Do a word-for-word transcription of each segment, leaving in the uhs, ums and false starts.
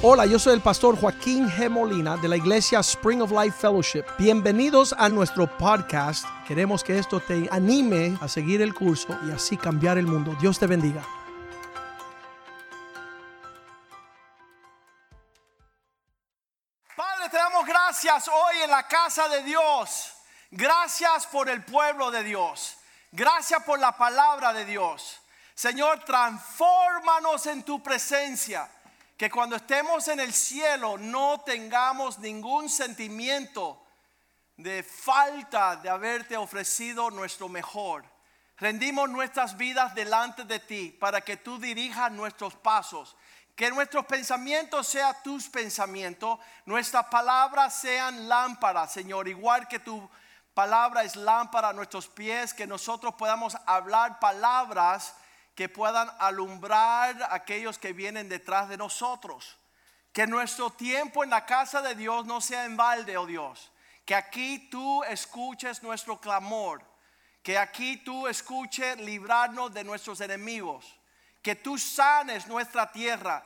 Hola, yo soy el pastor Joaquín G. Molina de la iglesia Spring of Life Fellowship. Bienvenidos a nuestro podcast. Queremos que esto te anime a seguir el curso y así cambiar el mundo. Dios te bendiga. Padre, te damos gracias hoy en la casa de Dios. Gracias por el pueblo de Dios. Gracias por la palabra de Dios. Señor, transfórmanos en tu presencia. Que cuando estemos en el cielo no tengamos ningún sentimiento de falta de haberte ofrecido nuestro mejor. Rendimos nuestras vidas delante de ti para que tú dirijas nuestros pasos. Que nuestros pensamientos sean tus pensamientos. Nuestras palabras sean lámparas, Señor. Igual que tu palabra es lámpara a nuestros pies. Que nosotros podamos hablar palabras que puedan alumbrar a aquellos que vienen detrás de nosotros. Que nuestro tiempo en la casa de Dios no sea en balde, oh Dios. Que aquí tú escuches nuestro clamor. Que aquí tú escuches librarnos de nuestros enemigos. Que tú sanes nuestra tierra.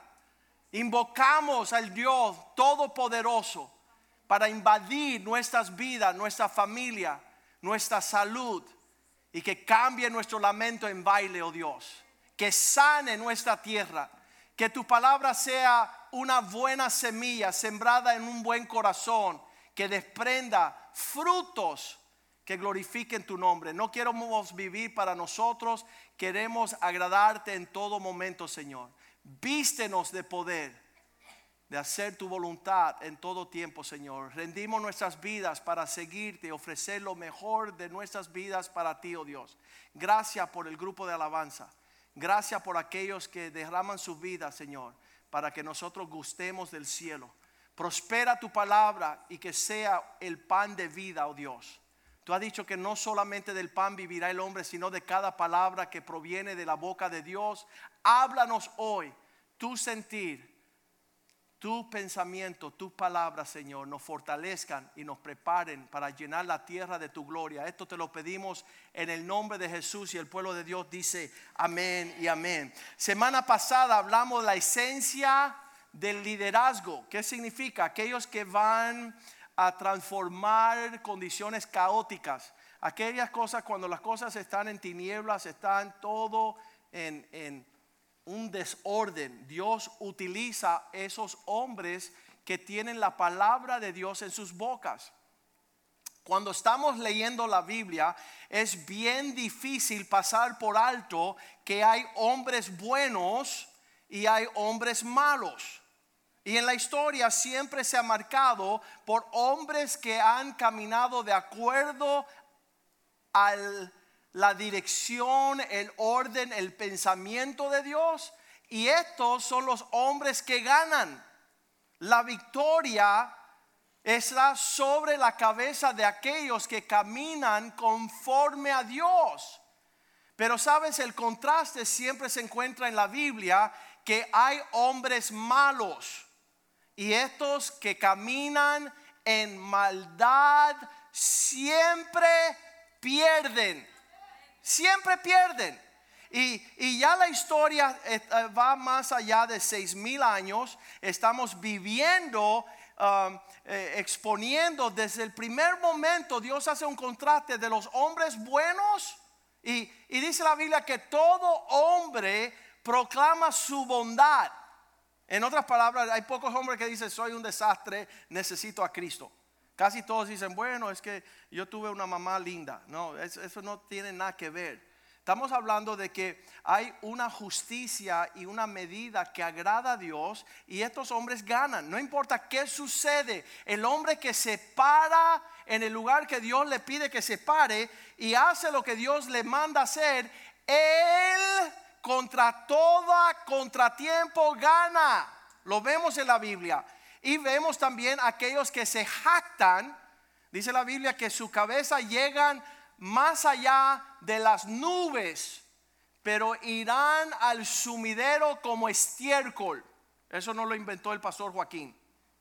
Invocamos al Dios Todopoderoso para invadir nuestras vidas, nuestra familia, nuestra salud. Y que cambie nuestro lamento en baile, oh Dios. Que sane nuestra tierra. Que tu palabra sea una buena semilla sembrada en un buen corazón. Que desprenda frutos que glorifiquen tu nombre. No queremos vivir para nosotros. Queremos agradarte en todo momento, Señor. Vístenos de poder, de hacer tu voluntad en todo tiempo, Señor. Rendimos nuestras vidas para seguirte y ofrecer lo mejor de nuestras vidas para ti, oh Dios. Gracias por el grupo de alabanza. Gracias por aquellos que derraman sus vidas, Señor, para que nosotros gustemos del cielo. Prospera tu palabra y que sea el pan de vida, oh Dios. Tú has dicho que no solamente del pan vivirá el hombre, sino de cada palabra que proviene de la boca de Dios. Háblanos hoy tu sentir, tu pensamiento, tus palabras, Señor, nos fortalezcan y nos preparen para llenar la tierra de tu gloria. Esto te lo pedimos en el nombre de Jesús, y el pueblo de Dios dice amén y amén. Semana pasada hablamos de la esencia del liderazgo. ¿Qué significa? Aquellos que van a transformar condiciones caóticas. Aquellas cosas cuando las cosas están en tinieblas, están todo en, en un desorden. Dios utiliza esos hombres que tienen la palabra de Dios en sus bocas. Cuando estamos leyendo la Biblia, es bien difícil pasar por alto que hay hombres buenos y hay hombres malos. Y en la historia siempre se ha marcado por hombres que han caminado de acuerdo a la dirección, el orden, el pensamiento de Dios. Y estos son los hombres que ganan. La victoria está sobre la cabeza de aquellos que caminan conforme a Dios. Pero sabes, el contraste siempre se encuentra en la Biblia, que hay hombres malos. Y estos que caminan en maldad siempre pierden. Siempre pierden. Y, y ya la historia va más allá de seis mil años. Estamos viviendo, um, eh, exponiendo desde el primer momento. Dios hace un contraste de los hombres buenos. Y, y dice la Biblia que todo hombre proclama su bondad. En otras palabras, hay pocos hombres que dicen soy un desastre, necesito a Cristo. Casi todos dicen, bueno, es que yo tuve una mamá linda. No, eso, eso no tiene nada que ver. Estamos hablando de que hay una justicia y una medida que agrada a Dios, y estos hombres ganan. No importa qué sucede, el hombre que se para en el lugar que Dios le pide que se pare y hace lo que Dios le manda hacer, él contra todo contratiempo gana. Lo vemos en la Biblia. Y vemos también aquellos que se jactan. Dice la Biblia que su cabeza llegan más allá de las nubes, pero irán al sumidero como estiércol. Eso no lo inventó el pastor Joaquín.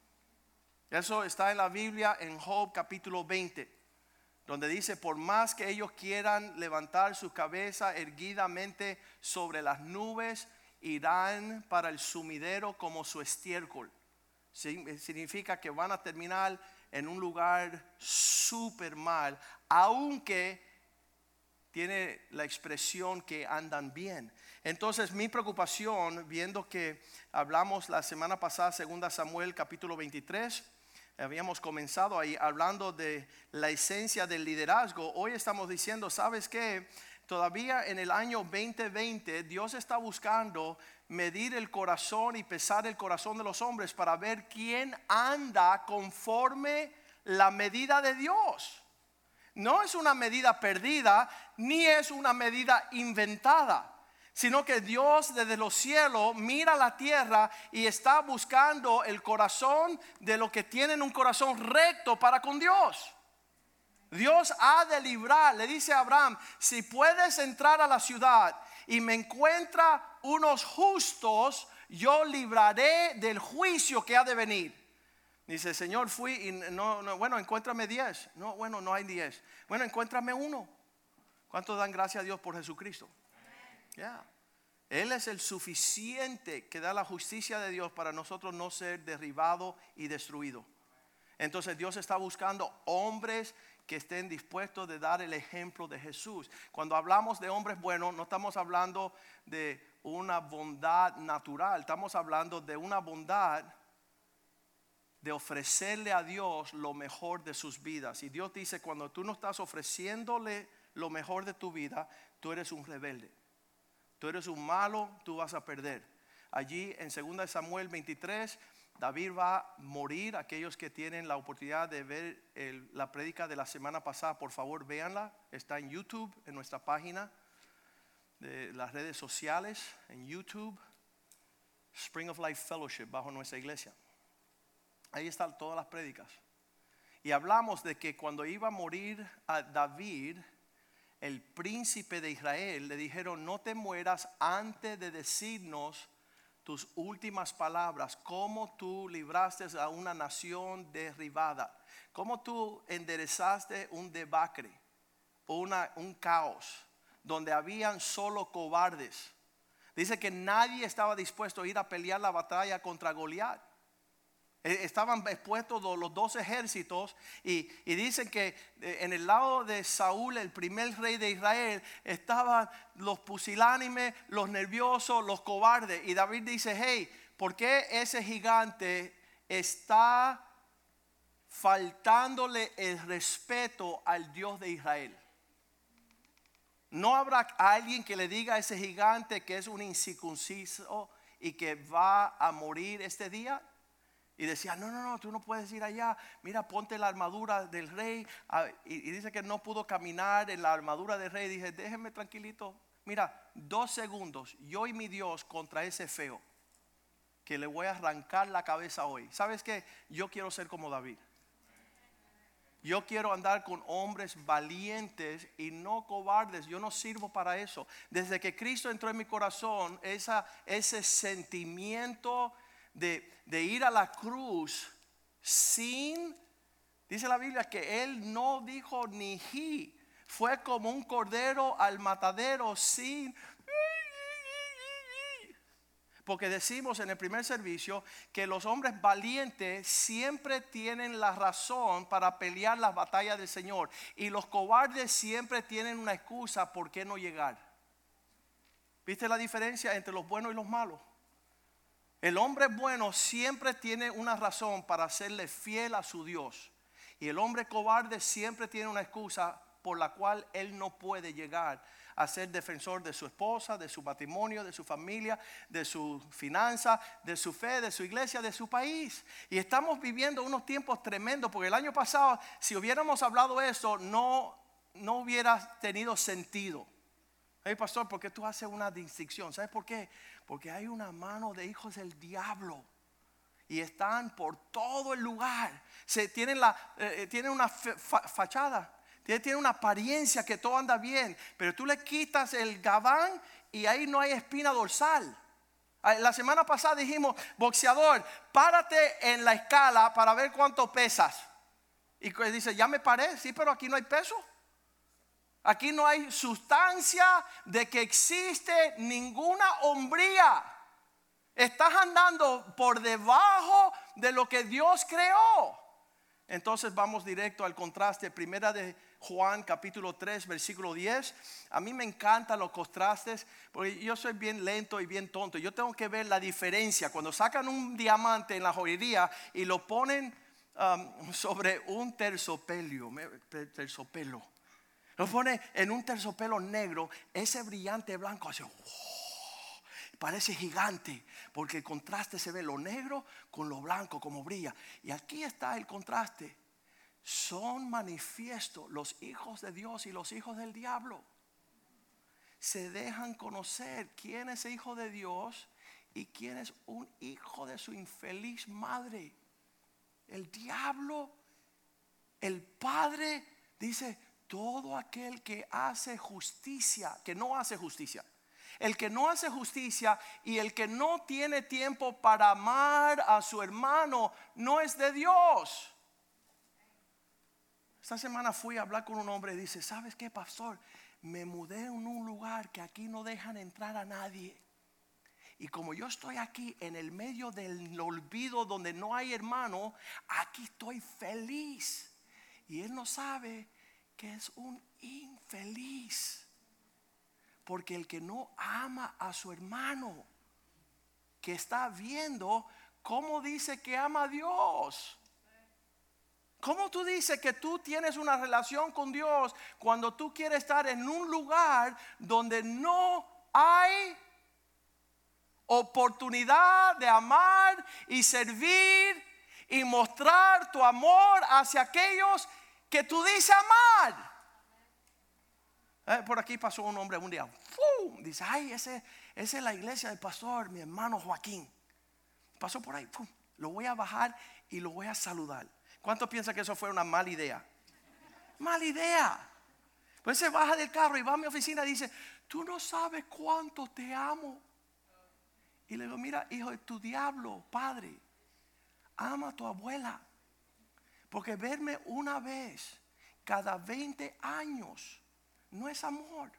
Eso está en la Biblia, en Job capítulo veinte, donde dice, por más que ellos quieran levantar su cabeza erguidamente sobre las nubes, irán para el sumidero como su estiércol. significa que van a terminar en un lugar súper mal, aunque tiene la expresión que andan bien. Entonces mi preocupación, viendo que hablamos la semana pasada, segunda Samuel capítulo veintitrés, habíamos comenzado ahí hablando de la esencia del liderazgo. Hoy estamos diciendo, ¿sabes qué? Todavía en el año veinte veinte Dios está buscando medir el corazón y pesar el corazón de los hombres para ver quién anda conforme la medida de Dios. No es una medida perdida, ni es una medida inventada, sino que Dios desde los cielos mira la tierra y está buscando el corazón de los que tienen un corazón recto para con Dios. Dios ha de librar, le dice a Abraham, si puedes entrar a la ciudad y me encuentra unos justos, yo libraré del juicio que ha de venir. Dice, Señor, fui y no, no, bueno, encuéntrame diez. No, bueno, no hay diez. Bueno, encuéntrame uno. ¿Cuántos dan gracias a Dios por Jesucristo? Ya. Yeah. Él es el suficiente que da la justicia de Dios para nosotros no ser derribado y destruido. Entonces Dios está buscando hombres que estén dispuestos de dar el ejemplo de Jesús. Cuando hablamos de hombres buenos, no estamos hablando de una bondad natural, estamos hablando de una bondad de ofrecerle a Dios lo mejor de sus vidas. Y Dios dice, cuando tú no estás ofreciéndole lo mejor de tu vida, tú eres un rebelde, tú eres un malo, tú vas a perder. Allí en segunda Samuel veintitrés, David va a morir. Aquellos que tienen la oportunidad de ver el, la prédica de la semana pasada, por favor véanla. Está en YouTube, en nuestra página de las redes sociales, en YouTube, Spring of Life Fellowship, bajo nuestra iglesia. Ahí están todas las prédicas. Y hablamos de que cuando iba a morir a David, el príncipe de Israel, le dijeron, no te mueras antes de decirnos tus últimas palabras, cómo tú libraste a una nación derribada, cómo tú enderezaste un debacle, una, un caos, donde habían solo cobardes. Dice que nadie estaba dispuesto a ir a pelear la batalla contra Goliat. Estaban expuestos los dos ejércitos y, y dicen que en el lado de Saúl, el primer rey de Israel, estaban los pusilánimes, los nerviosos, los cobardes. Y David dice, hey, ¿por qué ese gigante está faltándole el respeto al Dios de Israel? ¿No habrá alguien que le diga a ese gigante que es un incircunciso y que va a morir este día? Y decía, no, no, no, tú no puedes ir allá. Mira, ponte la armadura del rey. Y, y dice que no pudo caminar en la armadura del rey. Dije, déjenme tranquilito. Mira, dos segundos, yo y mi Dios contra ese feo, que le voy a arrancar la cabeza hoy. ¿Sabes qué? Yo quiero ser como David. Yo quiero andar con hombres valientes y no cobardes. Yo no sirvo para eso. Desde que Cristo entró en mi corazón, esa, ese sentimiento De, de ir a la cruz sin, dice la Biblia que él no dijo ni ji, fue como un cordero al matadero sin, porque decimos en el primer servicio que los hombres valientes siempre tienen la razón para pelear las batallas del Señor y los cobardes siempre tienen una excusa por qué no llegar. ¿Viste la diferencia entre los buenos y los malos? El hombre bueno siempre tiene una razón para serle fiel a su Dios. Y el hombre cobarde siempre tiene una excusa por la cual él no puede llegar a ser defensor de su esposa, de su matrimonio, de su familia, de su finanza, de su fe, de su iglesia, de su país. Y estamos viviendo unos tiempos tremendos, porque el año pasado, si hubiéramos hablado eso, no, no hubiera tenido sentido. Hey, pastor, ¿por qué tú haces una distinción? ¿Sabes por qué? Porque hay una mano de hijos del diablo y están por todo el lugar. Se tienen, la, eh, tienen una fa, fachada, tienen una apariencia que todo anda bien, pero tú le quitas el gabán y ahí no hay espina dorsal. La semana pasada dijimos, boxeador, párate en la escala para ver cuánto pesas. Y dice, ya me paré, sí, pero aquí no hay peso. Aquí no hay sustancia de que existe ninguna hombría. Estás andando por debajo de lo que Dios creó. Entonces vamos directo al contraste. Primera de Juan capítulo tres versículo diez. A mí me encantan los contrastes porque yo soy bien lento y bien tonto. Yo tengo que ver la diferencia. Cuando sacan un diamante en la joyería y lo ponen um, sobre un terciopelo, terciopelo, lo pone en un terciopelo negro, ese brillante blanco hace wow, parece gigante, porque el contraste se ve lo negro con lo blanco como brilla. Y aquí está el contraste. Son manifiestos los hijos de Dios y los hijos del diablo. Se dejan conocer quién es hijo de Dios y quién es un hijo de su infeliz madre. El diablo, el padre, dice: todo aquel que hace justicia, que no hace justicia, el que no hace justicia y el que no tiene tiempo para amar a su hermano, no es de Dios. Esta semana fui a hablar con un hombre y dice: ¿sabes qué, pastor? Me mudé en un lugar que aquí no dejan entrar a nadie. Y como yo estoy aquí en el medio del olvido donde no hay hermano, aquí estoy feliz. Y él no sabe que es un infeliz. Porque el que no ama a su hermano, que está viendo cómo dice que ama a Dios. ¿Cómo tú dices que tú tienes una relación con Dios cuando tú quieres estar en un lugar donde no hay oportunidad de amar y servir y mostrar tu amor hacia aquellos que tú dices amar? Eh, por aquí pasó un hombre un día, ¡fum! Dice: ay, ese, esa es la iglesia del pastor, mi hermano Joaquín. Pasó por ahí, ¡fum! Lo voy a bajar y lo voy a saludar. ¿Cuántos piensan que eso fue una mala idea? Mala idea. Pues se baja del carro y va a mi oficina y dice: tú no sabes cuánto te amo. Y le digo: mira, hijo de tu diablo, padre, ama a tu abuela. Porque verme una vez cada veinte años no es amor.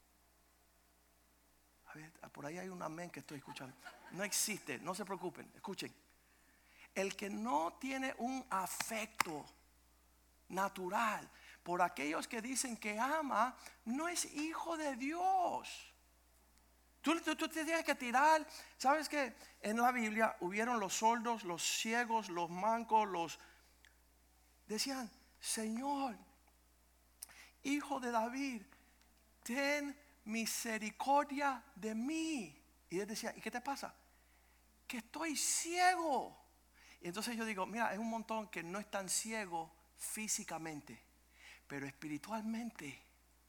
A ver, por ahí hay un amén que estoy escuchando. No existe, no se preocupen, escuchen. El que no tiene un afecto natural por aquellos que dicen que ama, no es hijo de Dios. Tú, tú, tú te tienes que tirar. ¿Sabes que en la Biblia hubieron los sordos, los ciegos, los mancos, los... Decían: Señor, hijo de David, ten misericordia de mí. Y él decía: ¿y qué te pasa? Que estoy ciego. Y entonces yo digo: mira, es un montón que no están ciegos físicamente, pero espiritualmente,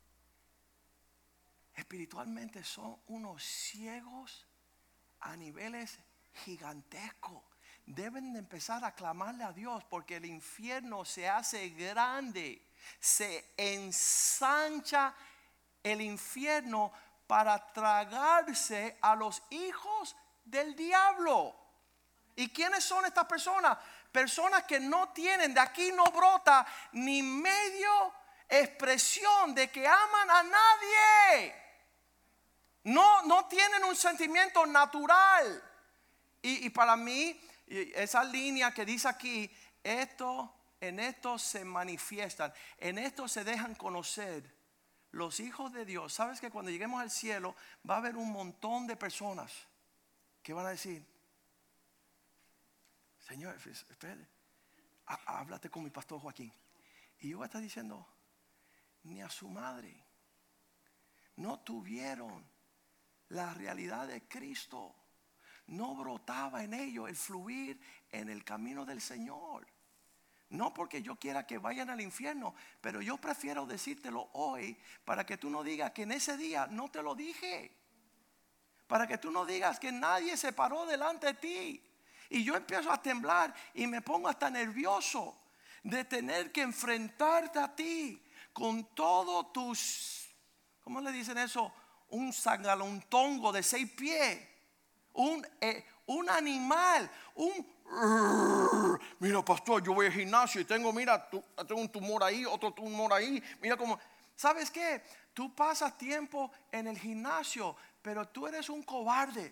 espiritualmente son unos ciegos a niveles gigantescos. Deben de empezar a clamarle a Dios, porque el infierno se hace grande, se ensancha el infierno para tragarse a los hijos del diablo. ¿Y quiénes son estas personas? Personas que no tienen, de aquí no brota ni medio expresión de que aman a nadie. No, no tienen un sentimiento natural. Y, y para mí, esa línea que dice aquí, esto, en esto se manifiestan, en esto se dejan conocer los hijos de Dios. Sabes que cuando lleguemos al cielo va a haber un montón de personas que van a decir: Señor, espere, háblate con mi pastor Joaquín. Y yo voy a estar diciendo: ni a su madre no tuvieron la realidad de Cristo. No brotaba en ellos el fluir en el camino del Señor. No porque yo quiera que vayan al infierno, pero yo prefiero decírtelo hoy para que tú no digas que en ese día no te lo dije. Para que tú no digas que nadie se paró delante de ti. Y yo empiezo a temblar y me pongo hasta nervioso de tener que enfrentarte a ti con todos tus, ¿cómo le dicen eso? Un sangalontongo de seis pies. Un, eh, un animal, un... Mira, pastor, yo voy al gimnasio y tengo, mira, tu, tengo un tumor ahí, otro tumor ahí. Mira cómo... ¿Sabes qué? Tú pasas tiempo en el gimnasio, pero tú eres un cobarde.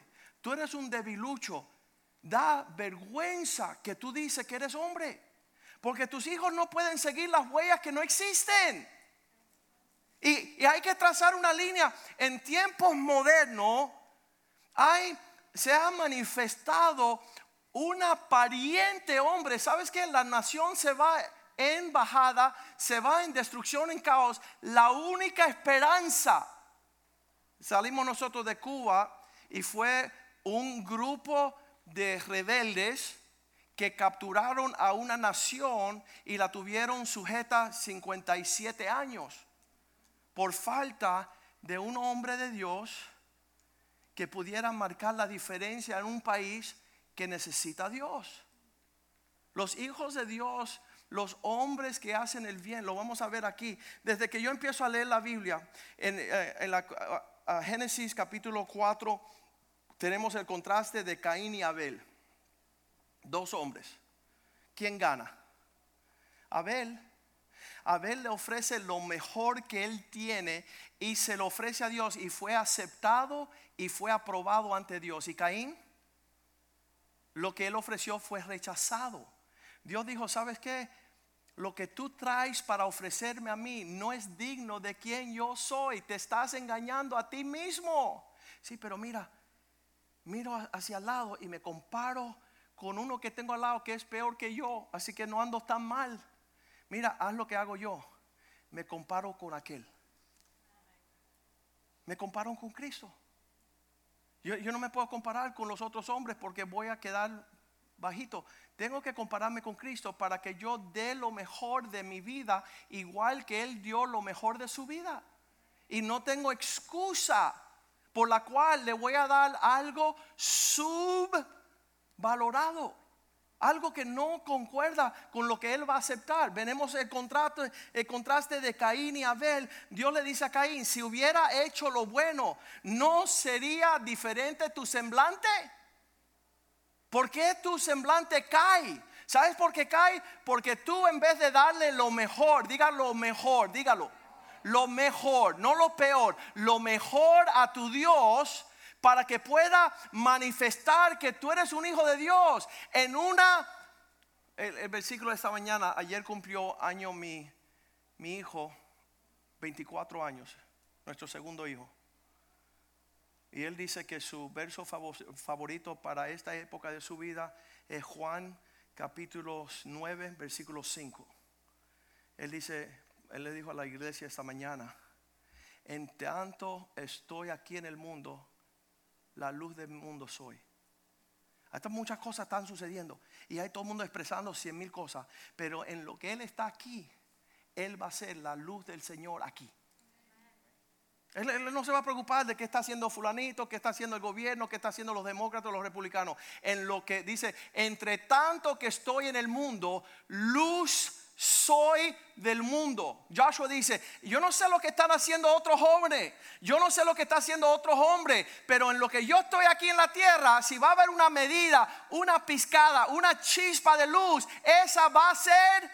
tú eres un debilucho. Da vergüenza que tú dices que eres hombre, porque tus hijos no pueden seguir las huellas que no existen. Y, y hay que trazar una línea. En tiempos modernos hay, se ha manifestado una pariente hombre. ¿Sabes qué? La nación se va en bajada, se va en destrucción, en caos. La única esperanza. Salimos nosotros de Cuba y fue un grupo de rebeldes que capturaron a una nación y la tuvieron sujeta cincuenta y siete años por falta de un hombre de Dios que pudiera marcar la diferencia en un país que necesita a Dios. Los hijos de Dios, los hombres que hacen el bien, lo vamos a ver aquí. Desde que yo empiezo a leer la Biblia, en, en la a, a Génesis capítulo cuatro, tenemos el contraste de Caín y Abel. Dos hombres. ¿Quién gana? Abel. Abel le ofrece lo mejor que él tiene y se lo ofrece a Dios y fue aceptado y fue aprobado ante Dios. Y Caín, lo que él ofreció fue rechazado. Dios dijo, ¿sabes qué? Lo que tú traes para ofrecerme a mí no es digno de quien yo soy. Te estás engañando a ti mismo. Sí, pero mira, miro hacia el lado y me comparo con uno que tengo al lado que es peor que yo, así que no ando tan mal. Mira, haz lo que hago yo. Me comparo con aquel. Me comparo con Cristo. Yo, yo no me puedo comparar con los otros hombres porque voy a quedar bajito. Tengo que compararme con Cristo para que yo dé lo mejor de mi vida, igual que Él dio lo mejor de su vida. Y no tengo excusa por la cual le voy a dar algo subvalorado. Algo que no concuerda con lo que él va a aceptar. Venemos el contraste, el contraste de Caín y Abel. Dios le dice a Caín, si hubiera hecho lo bueno, ¿no sería diferente tu semblante? ¿Por qué tu semblante cae? ¿Sabes por qué cae? Porque tú, en vez de darle lo mejor, diga lo mejor, dígalo, lo mejor, no lo peor, lo mejor a tu Dios, para que pueda manifestar que tú eres un hijo de Dios. En una, el, el versículo de esta mañana, ayer cumplió año mi, mi hijo, veinticuatro años, nuestro segundo hijo. Y él dice que su verso favorito para esta época de su vida es Juan capítulo nueve, versículo cinco. Él dice, él le dijo a la iglesia esta mañana, en tanto estoy aquí en el mundo, la luz del mundo soy. Hasta muchas cosas están sucediendo y hay todo el mundo expresando cien mil cosas, pero en lo que Él está aquí, Él va a ser la luz del Señor aquí. Él, él no se va a preocupar de qué está haciendo fulanito, qué está haciendo el gobierno, qué está haciendo los demócratas, los republicanos. En lo que dice, entre tanto que estoy en el mundo, luz soy del mundo. Joshua dice, yo no sé lo que están haciendo otros jóvenes, yo no sé lo que está haciendo otros hombres, pero en lo que yo estoy aquí en la tierra, si va a haber una medida, una pizcada, una chispa de luz, esa va a ser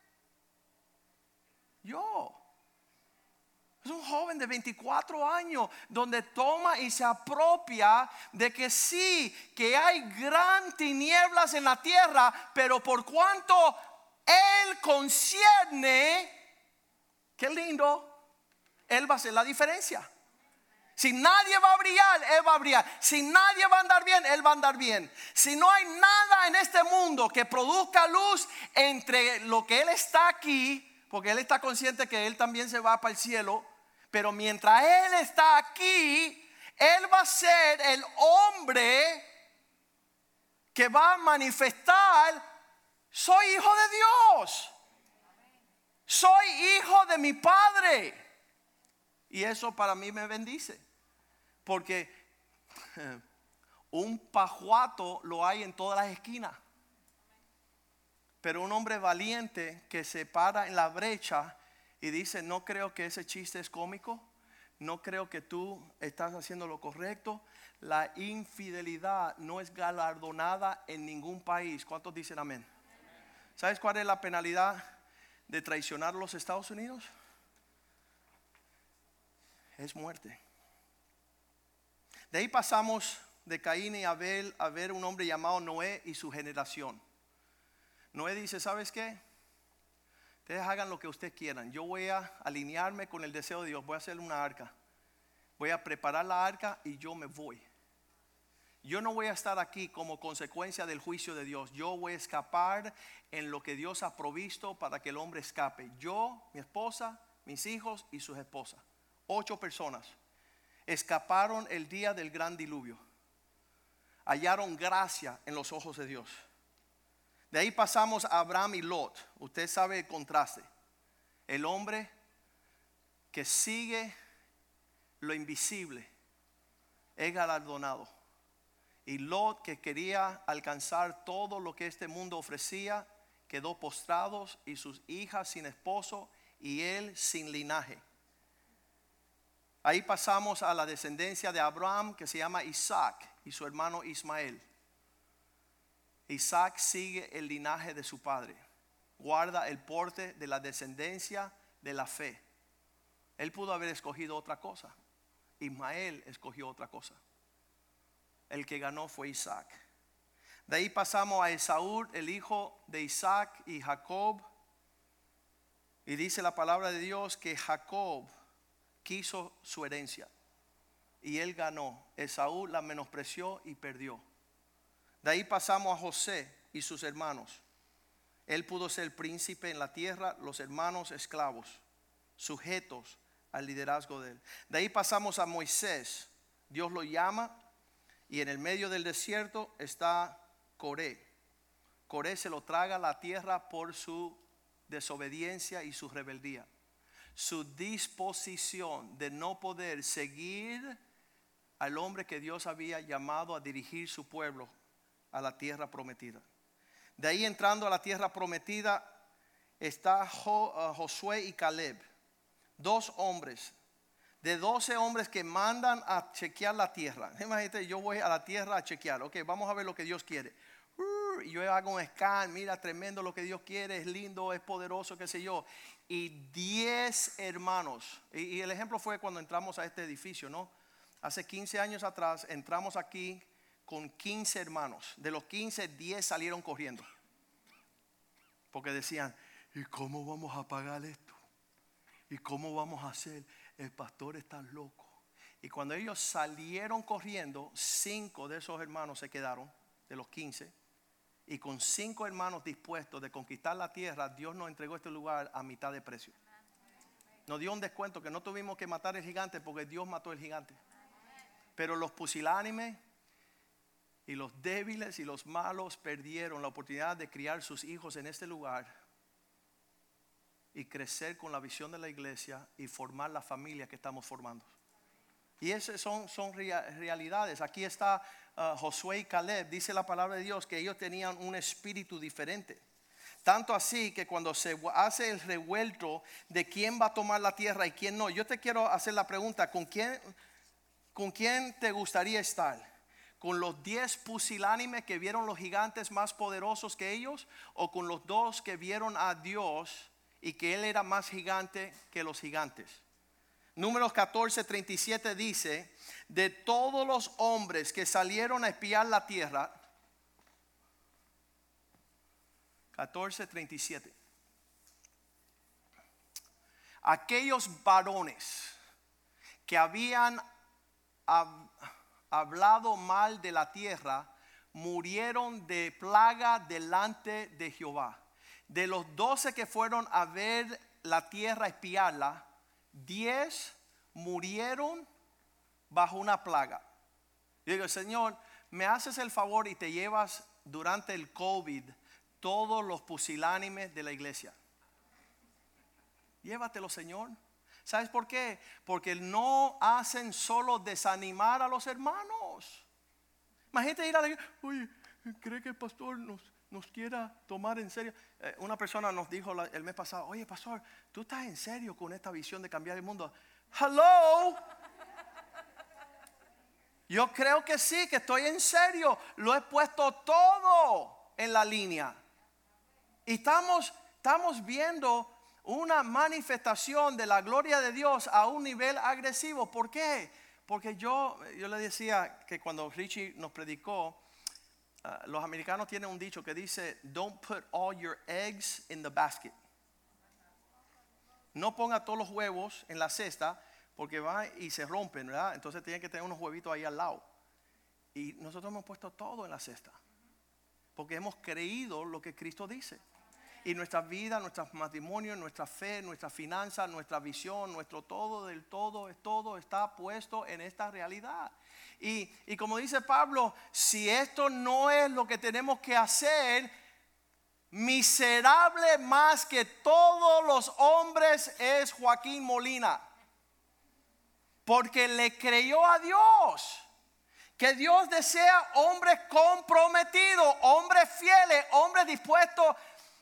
yo. Es un joven de veinticuatro años donde toma y se apropia de que sí, que hay gran tinieblas en la tierra, pero por cuanto Él concierne, qué lindo, Él va a hacer la diferencia. Si nadie va a brillar, Él va a brillar. Si nadie va a andar bien, Él va a andar bien. Si no hay nada en este mundo que produzca luz entre lo que Él está aquí, porque Él está consciente que Él también se va para el cielo, pero mientras Él está aquí, Él va a ser el hombre que va a manifestar: soy hijo de Dios, soy hijo de mi Padre. Y eso para mí me bendice, porque un pajuato lo hay en todas las esquinas, pero un hombre valiente que se para en la brecha y dice: no creo que ese chiste es cómico, no creo que tú estás haciendo lo correcto. La infidelidad no es galardonada en ningún país. ¿Cuántos dicen amén? ¿Sabes cuál es la penalidad de traicionar a los Estados Unidos? Es muerte. De ahí pasamos de Caín y Abel a ver un hombre llamado Noé y su generación. Noé dice, ¿sabes qué? Ustedes hagan lo que ustedes quieran. Yo voy a alinearme con el deseo de Dios. Voy a hacer una arca. Voy a preparar la arca y yo me voy. Yo no voy a estar aquí como consecuencia del juicio de Dios. Yo voy a escapar en lo que Dios ha provisto para que el hombre escape. Yo, mi esposa, mis hijos y sus esposas. Ocho personas escaparon el día del gran diluvio. Hallaron gracia en los ojos de Dios. De ahí pasamos a Abraham y Lot. Usted sabe el contraste. El hombre que sigue lo invisible es galardonado. Y Lot, que quería alcanzar todo lo que este mundo ofrecía, quedó postrado, y sus hijas sin esposo y él sin linaje. Ahí pasamos a la descendencia de Abraham, que se llama Isaac, y su hermano Ismael. Isaac sigue el linaje de su padre, guarda el porte de la descendencia de la fe. Él pudo haber escogido otra cosa. Ismael escogió otra cosa. El que ganó fue Isaac. De ahí pasamos a Esaú, el hijo de Isaac y Jacob. Y dice la palabra de Dios que Jacob quiso su herencia y él ganó. Esaú la menospreció y perdió. De ahí pasamos a José y sus hermanos. Él pudo ser príncipe en la tierra, los hermanos esclavos, sujetos al liderazgo de él. De ahí pasamos a Moisés. Dios lo llama y en el medio del desierto está Coré. Coré se lo traga la tierra por su desobediencia y su rebeldía. Su disposición de no poder seguir al hombre que Dios había llamado a dirigir su pueblo a la tierra prometida. De ahí entrando a la tierra prometida está Josué y Caleb, dos hombres, de doce hombres que mandan a chequear la tierra. Imagínate, yo voy a la tierra a chequear, ok, vamos a ver lo que Dios quiere. Y yo hago un scan, mira, tremendo lo que Dios quiere, es lindo, es poderoso, qué sé yo. Y diez hermanos, y, y el ejemplo fue cuando entramos a este edificio, ¿no? Hace quince años atrás entramos aquí con quince hermanos. De los quince, diez salieron corriendo. Porque decían, ¿y cómo vamos a pagar esto? ¿Y cómo vamos a hacer? El pastor está loco. Y cuando ellos salieron corriendo, cinco de esos hermanos se quedaron, de los quince. Y con cinco hermanos dispuestos de conquistar la tierra, Dios nos entregó este lugar a mitad de precio. Nos dio un descuento que no tuvimos que matar el gigante porque Dios mató el gigante. Pero los pusilánimes y los débiles y los malos perdieron la oportunidad de criar sus hijos en este lugar y crecer con la visión de la iglesia y formar la familia que estamos formando. Y esas son, son realidades. Aquí está uh, Josué y Caleb. Dice la palabra de Dios que ellos tenían un espíritu diferente. Tanto así que cuando se hace el revuelto de quién va a tomar la tierra y quién no, yo te quiero hacer la pregunta, ¿con quién, con quién te gustaría estar? ¿Con los diez pusilánimes que vieron los gigantes más poderosos que ellos? ¿O con los dos que vieron a Dios y que Él era más gigante que los gigantes? Números catorce, treinta y siete dice, de todos los hombres que salieron a espiar la tierra, catorce, treinta y siete, aquellos varones que habían hab- hablado mal de la tierra, murieron de plaga delante de Jehová. De los doce que fueron a ver la tierra, a espiarla, diez murieron bajo una plaga. Yo digo, Señor, me haces el favor y te llevas durante el COVID todos los pusilánimes de la iglesia. Llévatelo, Señor. ¿Sabes por qué? Porque no hacen solo desanimar a los hermanos. Imagínate ir a la iglesia, oye, ¿cree que el pastor nos, nos quiera tomar en serio? Eh, una persona nos dijo la, el mes pasado, oye, pastor, ¿tú estás en serio con esta visión de cambiar el mundo? Hello. Yo creo que sí, que estoy en serio. Lo he puesto todo en la línea. Y estamos, estamos viendo una manifestación de la gloria de Dios a un nivel agresivo. ¿Por qué? Porque yo, yo le decía que cuando Richie nos predicó, uh, los americanos tienen un dicho que dice, don't put all your eggs in the basket. No ponga todos los huevos en la cesta porque van y se rompen, ¿verdad? Entonces tienen que tener unos huevitos ahí al lado. Y nosotros hemos puesto todo en la cesta porque hemos creído lo que Cristo dice. Y nuestra vida, nuestros matrimonios, nuestra fe, nuestra finanza, nuestra visión, nuestro todo del todo, todo está puesto en esta realidad. Y, y como dice Pablo, si esto no es lo que tenemos que hacer, miserable más que todos los hombres es Joaquín Molina, porque le creyó a Dios. Que Dios desea hombres comprometidos, hombres fieles, hombres dispuestos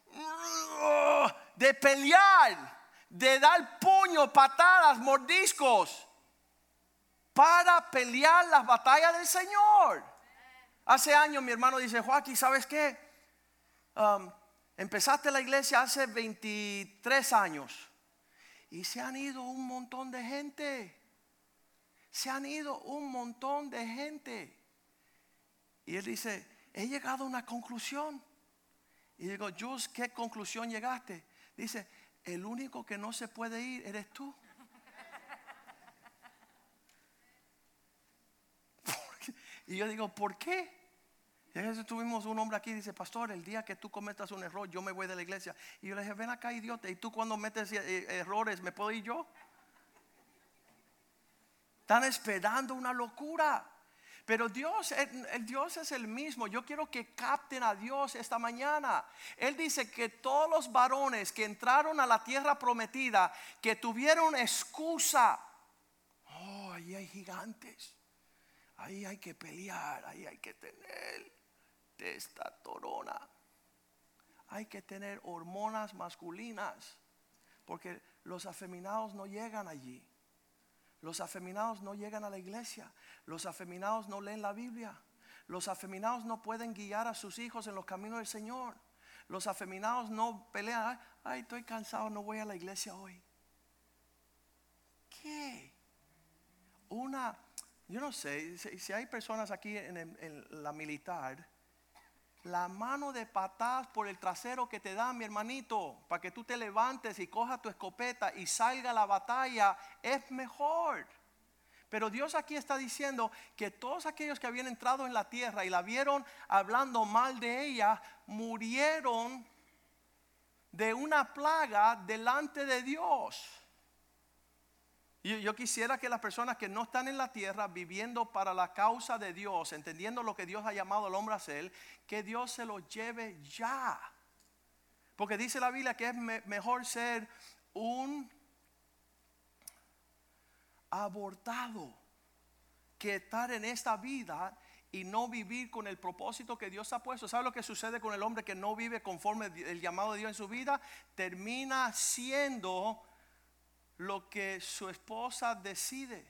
de pelear, de dar puños, patadas, mordiscos para pelear las batallas del Señor. Hace años mi hermano dice, Joaquín, ¿sabes qué? Um, empezaste la iglesia hace veintitrés años y se han ido un montón de gente. Se han ido un montón de gente. Y él dice, he llegado a una conclusión. Y digo, Jules, ¿qué conclusión llegaste? Dice, el único que no se puede ir eres tú. Y yo digo, ¿por qué? Y a veces tuvimos un hombre aquí y dice, pastor, el día que tú cometas un error, yo me voy de la iglesia. Y yo le dije, ven acá, idiota, y tú cuando metes errores, ¿me puedo ir yo? Están esperando una locura. Pero Dios, el, el Dios es el mismo. Yo quiero que capten a Dios esta mañana. Él dice que todos los varones que entraron a la tierra prometida, que tuvieron excusa. Oh, ahí hay gigantes. Ahí hay que pelear. Ahí hay que tener testosterona. Hay que tener hormonas masculinas. Porque los afeminados no llegan allí. Los afeminados no llegan a la iglesia. Los afeminados no leen la Biblia. Los afeminados no pueden guiar a sus hijos en los caminos del Señor. Los afeminados no pelean. Ay, estoy cansado, no voy a la iglesia hoy. ¿Qué? Una, yo no sé, si, si hay personas aquí en, en, en la militar, la mano de patadas por el trasero que te da mi hermanito, para que tú te levantes y cojas tu escopeta y salga a la batalla, es mejor. Pero Dios aquí está diciendo que todos aquellos que habían entrado en la tierra y la vieron hablando mal de ella, murieron de una plaga delante de Dios. Yo, yo quisiera que las personas que no están en la tierra viviendo para la causa de Dios, entendiendo lo que Dios ha llamado al hombre a hacer, que Dios se los lleve ya. Porque dice la Biblia que es me, mejor ser un abortado que estar en esta vida y no vivir con el propósito que Dios ha puesto. ¿Sabe lo que sucede con el hombre que no vive conforme el llamado de Dios en su vida? Termina siendo lo que su esposa decide.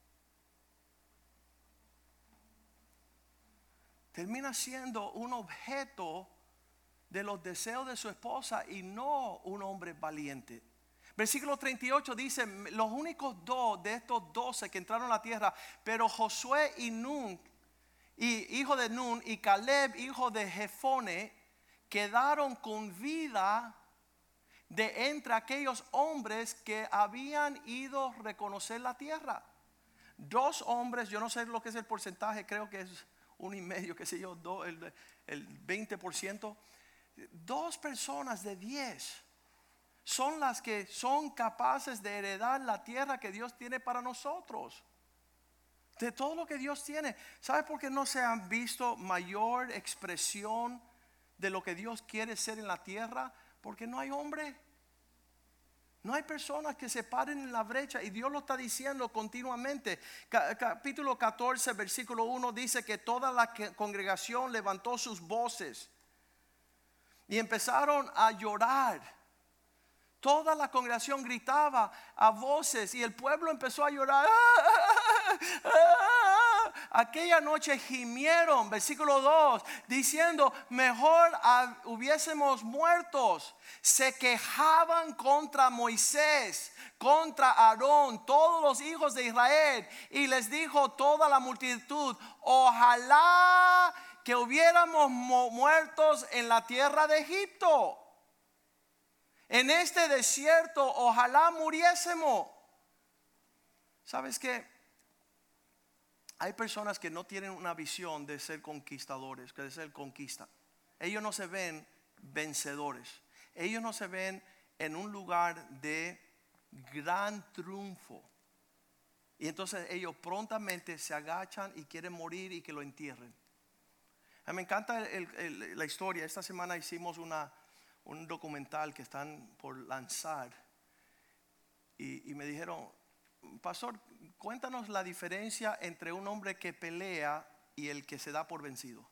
Termina siendo un objeto de los deseos de su esposa y no un hombre valiente. Versículo treinta y ocho dice, los únicos dos de estos doce que entraron a la tierra, pero Josué y Nun, y hijo de Nun, y Caleb, hijo de Jefone, quedaron con vida de entre aquellos hombres que habían ido a reconocer la tierra. Dos hombres, yo no sé lo que es el porcentaje, creo que es uno y medio, qué sé yo, do, el, el veinte por ciento. Dos personas de diez son las que son capaces de heredar la tierra que Dios tiene para nosotros. De todo lo que Dios tiene. ¿Sabe por qué no se han visto mayor expresión de lo que Dios quiere ser en la tierra? Porque no hay hombre. No hay personas que se paren en la brecha. Y Dios lo está diciendo continuamente. Capítulo catorce, versículo uno dice que toda la congregación levantó sus voces y empezaron a llorar. Toda la congregación gritaba a voces y el pueblo empezó a llorar. aquella noche gimieron, versículo dos, diciendo, mejor ah, hubiésemos muertos. Se quejaban contra Moisés, contra Aarón, todos los hijos de Israel. Y les dijo toda la multitud, ojalá que hubiéramos muertos en la tierra de Egipto. En este desierto, ojalá muriésemos. ¿Sabes qué? Hay personas que no tienen una visión de ser conquistadores, que de ser conquista. Ellos no se ven vencedores. Ellos no se ven en un lugar de gran triunfo. Y entonces ellos prontamente se agachan y quieren morir y que lo entierren. A mí me encanta el, el, la historia. Esta semana hicimos una, un documental que están por lanzar. Y, y me dijeron, pastor, cuéntanos la diferencia entre un hombre que pelea y el que se da por vencido.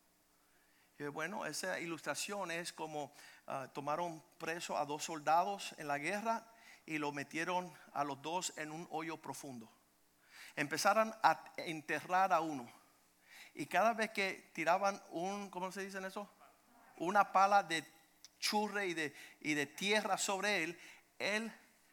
Y bueno, esa ilustración es como uh, tomaron preso a dos soldados en la guerra y lo metieron a los dos en un hoyo profundo. Empezaron a enterrar a uno. Y cada vez que tiraban un, ¿cómo se dice eso? Una pala de churre y de, y de tierra sobre él, él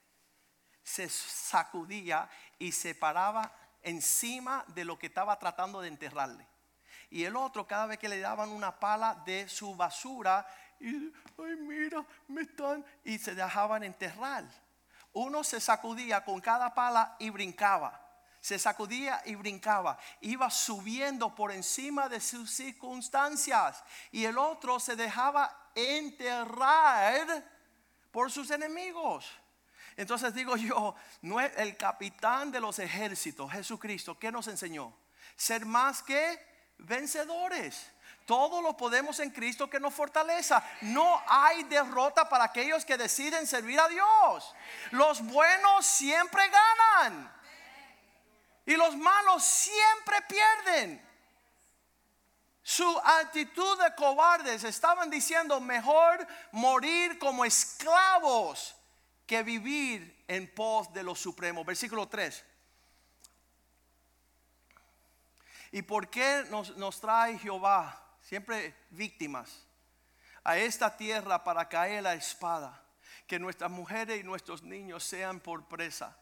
se sacudía y se paraba encima de lo que estaba tratando de enterrarle. Y el otro, cada vez que le daban una pala de su basura, y, ay, mira, me están, y se dejaban enterrar. Uno se sacudía con cada pala y brincaba. Se sacudía y brincaba. Iba subiendo por encima de sus circunstancias. Y el otro se dejaba enterrar por sus enemigos. Entonces digo yo, no es el capitán de los ejércitos, Jesucristo, ¿qué nos enseñó? Ser más que vencedores. Todo lo podemos en Cristo que nos fortaleza. No hay derrota para aquellos que deciden servir a Dios. Los buenos siempre ganan y los malos siempre pierden. Su actitud de cobardes, estaban diciendo, mejor morir como esclavos que vivir en pos de lo supremo. Versículo tres. ¿Y por qué nos, nos trae Jehová siempre víctimas a esta tierra para caer la espada? Que nuestras mujeres y nuestros niños sean por presa.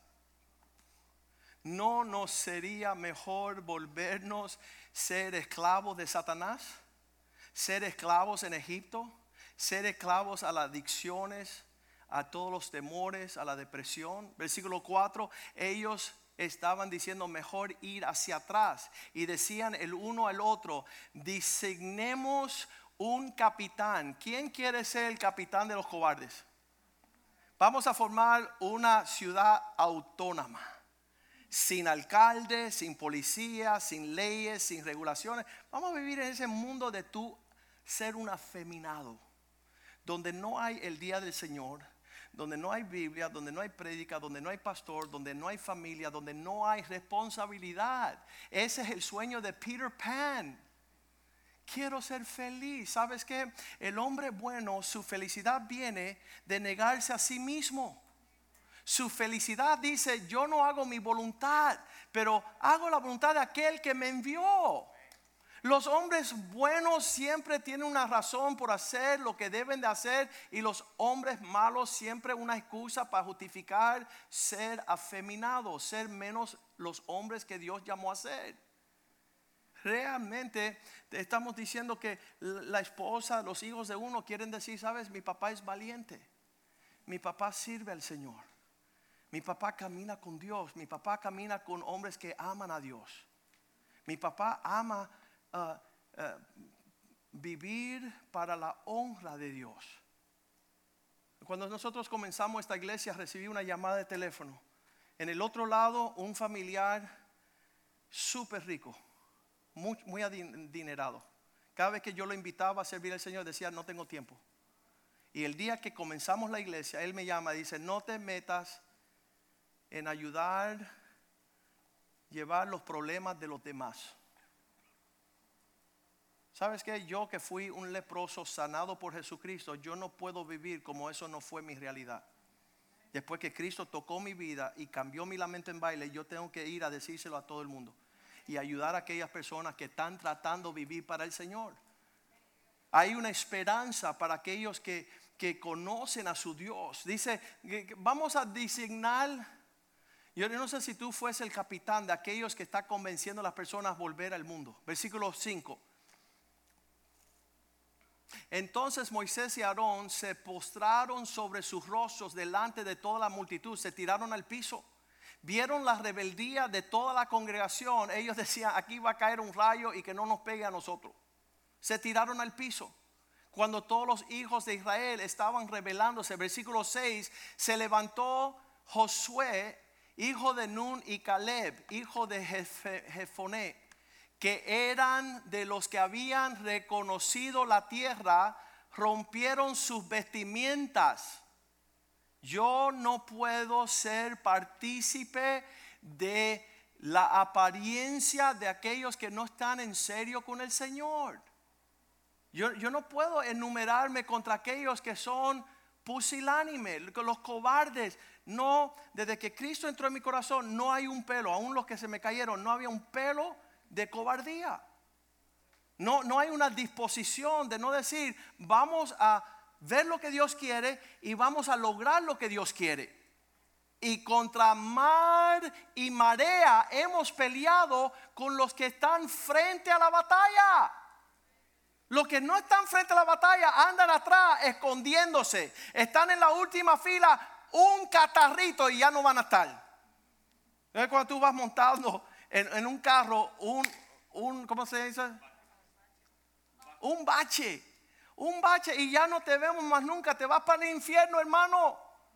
¿No nos sería mejor volvernos ser esclavos de Satanás? Ser esclavos en Egipto, ser esclavos a las adicciones, a todos los temores, a la depresión. Versículo cuatro, ellos estaban diciendo mejor ir hacia atrás. Y decían el uno al otro, designemos un capitán. ¿Quién quiere ser el capitán de los cobardes? Vamos a formar una ciudad autónoma. Sin alcalde, sin policía, sin leyes, sin regulaciones. Vamos a vivir en ese mundo de tú ser un afeminado. Donde no hay el día del Señor, donde no hay Biblia, donde no hay prédica, donde no hay pastor, donde no hay familia, donde no hay responsabilidad. Ese es el sueño de Peter Pan. Quiero ser feliz. ¿Sabes qué? El hombre bueno, su felicidad viene de negarse a sí mismo. Su felicidad dice, yo no hago mi voluntad, pero hago la voluntad de aquel que me envió. Los hombres buenos siempre tienen una razón por hacer lo que deben de hacer, y los hombres malos siempre una excusa para justificar ser afeminados, ser menos los hombres que Dios llamó a ser. Realmente estamos diciendo que la esposa, los hijos de uno quieren decir, sabes, mi papá es valiente, mi papá sirve al Señor, mi papá camina con Dios, mi papá camina con hombres que aman a Dios, mi papá ama Uh, uh, vivir para la honra de Dios. Cuando nosotros comenzamos esta iglesia, recibí una llamada de teléfono. En el otro lado, un familiar súper rico, muy, muy adinerado. Cada vez que yo lo invitaba a servir al Señor, decía, no tengo tiempo. Y el día que comenzamos la iglesia, él me llama y dice, no te metas en ayudar, llevar los problemas de los demás. ¿Sabes qué? Yo que fui un leproso sanado por Jesucristo, yo no puedo vivir como eso no fue mi realidad. Después que Cristo tocó mi vida y cambió mi lamento en baile, yo tengo que ir a decírselo a todo el mundo. y ayudar a aquellas personas que están tratando de vivir para el Señor. Hay una esperanza para aquellos que, que conocen a su Dios. Dice, que vamos a designar, yo no sé si tú fueses el capitán de aquellos que están convenciendo a las personas a volver al mundo. Versículo cinco. Entonces Moisés y Aarón se postraron sobre sus rostros delante de toda la multitud, se tiraron al piso. Vieron la rebeldía de toda la congregación. Ellos decían, aquí va a caer un rayo y que no nos pegue a nosotros. Se tiraron al piso. Cuando todos los hijos de Israel estaban rebelándose, versículo seis, se levantó Josué, hijo de Nun, y Caleb, hijo de Jefoné, que eran de los que habían reconocido la tierra, rompieron sus vestimentas. Yo no puedo ser partícipe de la apariencia de aquellos que no están en serio con el Señor. Yo, yo no puedo enumerarme contra aquellos que son pusilánimes, los cobardes. No, desde que Cristo entró en mi corazón no hay un pelo, aún los que se me cayeron, no había un pelo de cobardía. No, no hay una disposición de no decir, vamos a ver lo que Dios quiere y vamos a lograr lo que Dios quiere. Y contra mar y marea hemos peleado con los que están frente a la batalla. Los que no están frente a la batalla andan atrás escondiéndose. Están en la última fila, un catarrito y ya no van a estar. ¿Ves? Cuando tú vas montando en, en un carro, un, un, ¿cómo se dice? Un bache. Un bache y ya no te vemos más nunca. Te vas para el infierno, hermano.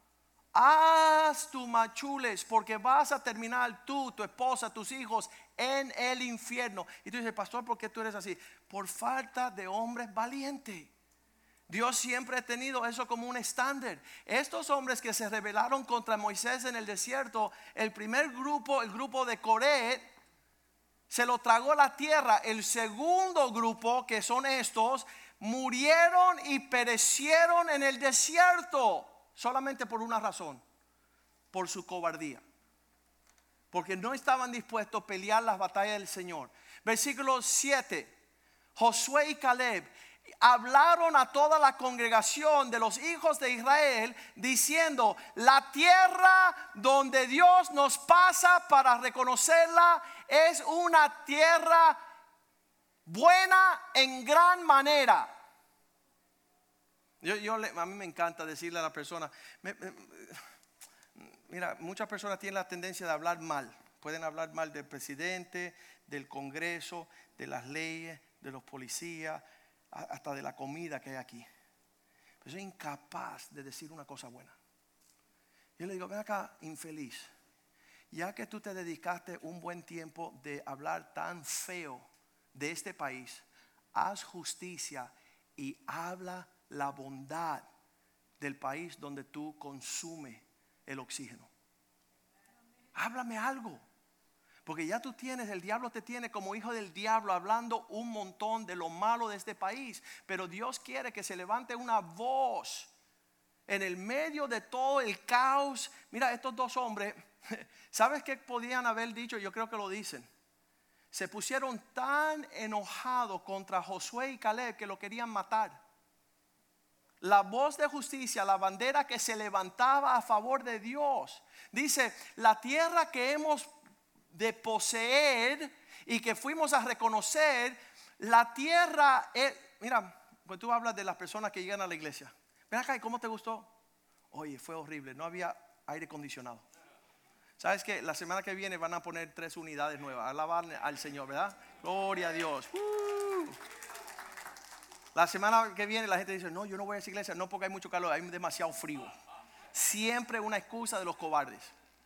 Haz tu machules, porque vas a terminar tú, tu esposa, tus hijos en el infierno. Y tú dices, pastor, ¿por qué tú eres así? Por falta de hombres valientes. Dios siempre ha tenido eso como un estándar. Estos hombres que se rebelaron contra Moisés en el desierto, el primer grupo, el grupo de Coré, se lo tragó la tierra. El segundo grupo, que son estos, murieron y perecieron en el desierto. Solamente por una razón, por su cobardía. Porque no estaban dispuestos a pelear las batallas del Señor. Versículo siete. Josué y Caleb hablaron a toda la congregación de los hijos de Israel diciendo, la tierra donde Dios nos pasa para reconocerla es una tierra buena en gran manera. Yo, yo a mí me encanta decirle a la persona, me, me, mira, muchas personas tienen la tendencia de hablar mal. Pueden hablar mal del presidente, del Congreso, de las leyes, de los policías, hasta de la comida que hay aquí. Pero soy incapaz de decir una cosa buena. Yo le digo, ven acá, infeliz. Ya que tú te dedicaste un buen tiempo de hablar tan feo de este país, haz justicia y habla la bondad del país donde tú consumes el oxígeno. Háblame algo. Porque ya tú tienes, el diablo te tiene como hijo del diablo hablando un montón de lo malo de este país. Pero Dios quiere que se levante una voz en el medio de todo el caos. Mira, estos dos hombres, ¿sabes qué podían haber dicho? Yo creo que lo dicen. Se pusieron tan enojados contra Josué y Caleb que lo querían matar. La voz de justicia, la bandera que se levantaba a favor de Dios. Dice, la tierra que hemos de poseer y que fuimos a reconocer, la tierra es, mira, pues tú hablas de las personas que llegan a la iglesia. Ven acá, ¿y cómo te gustó? Oye, fue horrible, no había aire acondicionado. ¿Sabes qué? La semana que viene van a poner tres unidades nuevas. Alaban al Señor, ¿verdad? Gloria a Dios. Uh. La semana que viene la gente dice, no, yo no voy a esa iglesia, no porque hay mucho calor, hay demasiado frío. Siempre una excusa de los cobardes.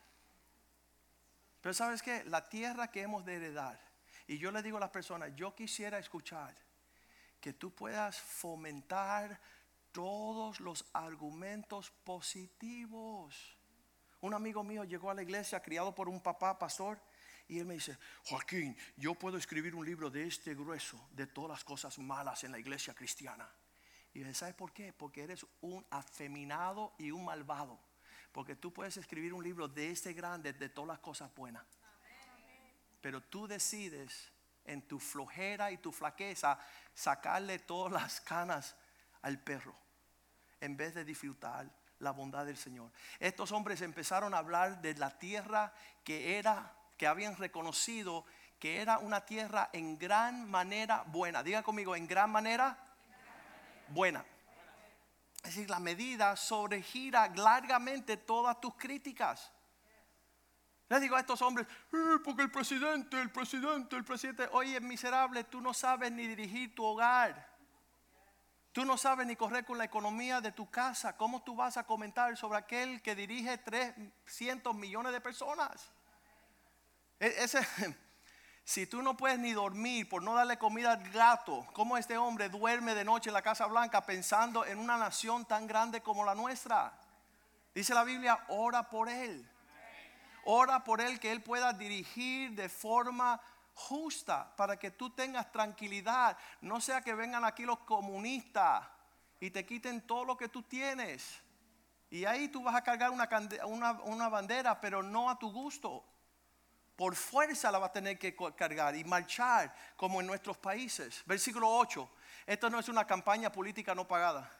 Pero ¿sabes qué? La tierra que hemos de heredar. Y yo le digo a las personas, yo quisiera escuchar que tú puedas fomentar todos los argumentos positivos. Un amigo mío llegó a la iglesia criado por un papá pastor. Y él me dice, Joaquín, yo puedo escribir un libro de este grueso de todas las cosas malas en la iglesia cristiana. Y yo dije, ¿sabes por qué? Porque eres un afeminado y un malvado. Porque tú puedes escribir un libro de este grande de todas las cosas buenas. Pero tú decides en tu flojera y tu flaqueza sacarle todas las canas al perro en vez de disfrutar la bondad del Señor. Estos hombres empezaron a hablar de la tierra que era, que habían reconocido que era una tierra en gran manera buena. Diga conmigo, en gran manera buena. Es decir, la medida sobregira largamente todas tus críticas. Les digo a estos hombres, eh, porque el presidente, el presidente, el presidente. Oye, miserable, tú no sabes ni dirigir tu hogar. Tú no sabes ni correr con la economía de tu casa. ¿Cómo tú vas a comentar sobre aquel que dirige trescientos millones de personas? Ese, si tú no puedes ni dormir por no darle comida al gato, ¿cómo este hombre duerme de noche en la Casa Blanca pensando en una nación tan grande como la nuestra? Dice la Biblia, ora por él. Ora por él, que él pueda dirigir de forma justa, para que tú tengas tranquilidad. No sea que vengan aquí los comunistas y te quiten todo lo que tú tienes. Y ahí tú vas a cargar una, una, una bandera, pero no a tu gusto. Por fuerza la vas a tener que cargar y marchar como en nuestros países. Versículo ocho. Esto no es una campaña política no pagada.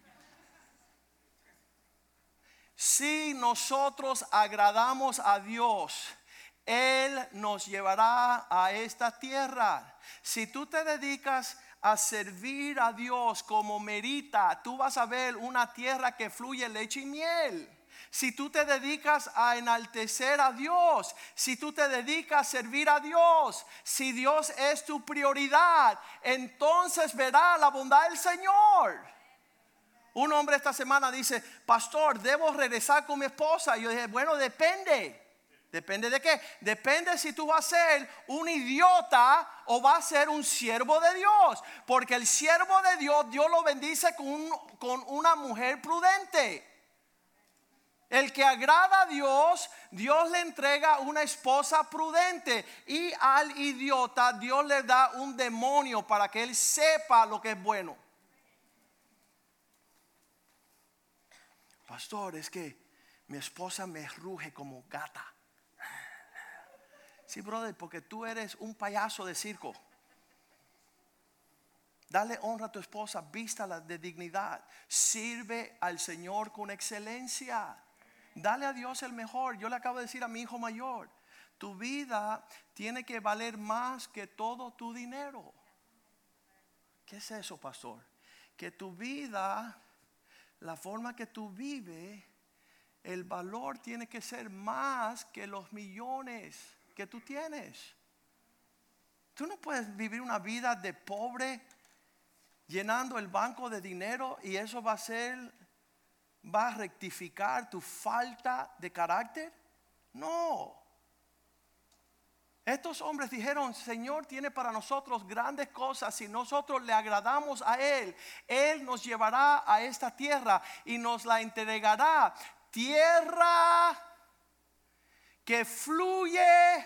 Si nosotros agradamos a Dios, Él nos llevará a esta tierra. Si tú te dedicas a servir a Dios como merita, tú vas a ver una tierra que fluye leche y miel. Si tú te dedicas a enaltecer a Dios, si tú te dedicas a servir a Dios, si Dios es tu prioridad, entonces verás la bondad del Señor. Un hombre esta semana dice, pastor, ¿debo regresar con mi esposa? Y yo dije, bueno, depende. ¿Depende de qué? Depende si tú vas a ser un idiota o vas a ser un siervo de Dios. Porque el siervo de Dios, Dios lo bendice con, un, con una mujer prudente. El que agrada a Dios, Dios le entrega una esposa prudente. Y al idiota, Dios le da un demonio para que él sepa lo que es bueno. Pastor, es que mi esposa me ruge como gata. Sí, brother, porque tú eres un payaso de circo. Dale honra a tu esposa, vístala de dignidad. Sirve al Señor con excelencia. Dale a Dios el mejor. Yo le acabo de decir a mi hijo mayor, tu vida tiene que valer más que todo tu dinero. ¿Qué es eso, pastor? Que tu vida, la forma que tú vives, el valor tiene que ser más que los millones que tú tienes. Tú no puedes vivir una vida de pobre llenando el banco de dinero y eso va a ser, va a rectificar tu falta de carácter. No. Estos hombres dijeron, Señor tiene para nosotros grandes cosas. Si nosotros le agradamos a Él, Él nos llevará a esta tierra y nos la entregará. Tierra que fluye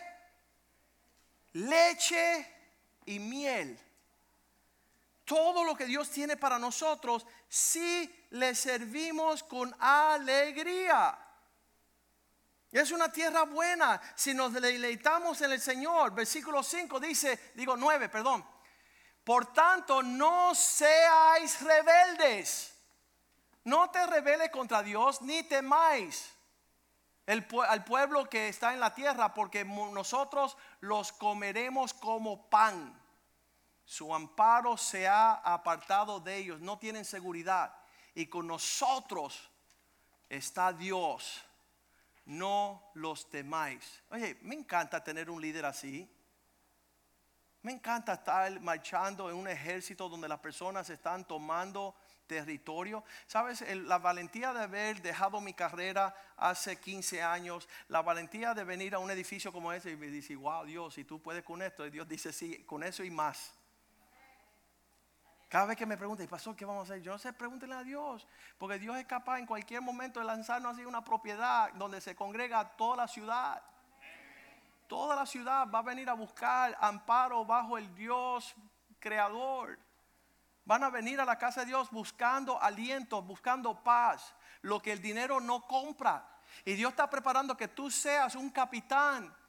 leche y miel. Todo lo que Dios tiene para nosotros si le servimos con alegría. Es una tierra buena si nos deleitamos en el Señor. Versículo cinco dice, digo nueve, perdón. Por tanto, no seáis rebeldes. No te rebeles contra Dios, ni temáis el, al pueblo que está en la tierra, porque nosotros los comeremos como pan. Su amparo se ha apartado de ellos, no tienen seguridad. Y con nosotros está Dios. No los temáis. Oye, me encanta tener un líder así. Me encanta estar marchando en un ejército donde las personas están tomando territorio. Sabes, el, la valentía de haber dejado mi carrera hace quince años, la valentía de venir a un edificio como ese y me dice, wow, Dios, si tú puedes con esto. Y Dios dice, sí, con eso y más. Cada vez que me preguntan, pastor, ¿qué vamos a hacer? Yo no sé, pregúntenle a Dios. Porque Dios es capaz en cualquier momento de lanzarnos así una propiedad donde se congrega toda la ciudad. Toda la ciudad va a venir a buscar amparo bajo el Dios creador. Van a venir a la casa de Dios buscando aliento, buscando paz. Lo que el dinero no compra. Y Dios está preparando que tú seas un capitán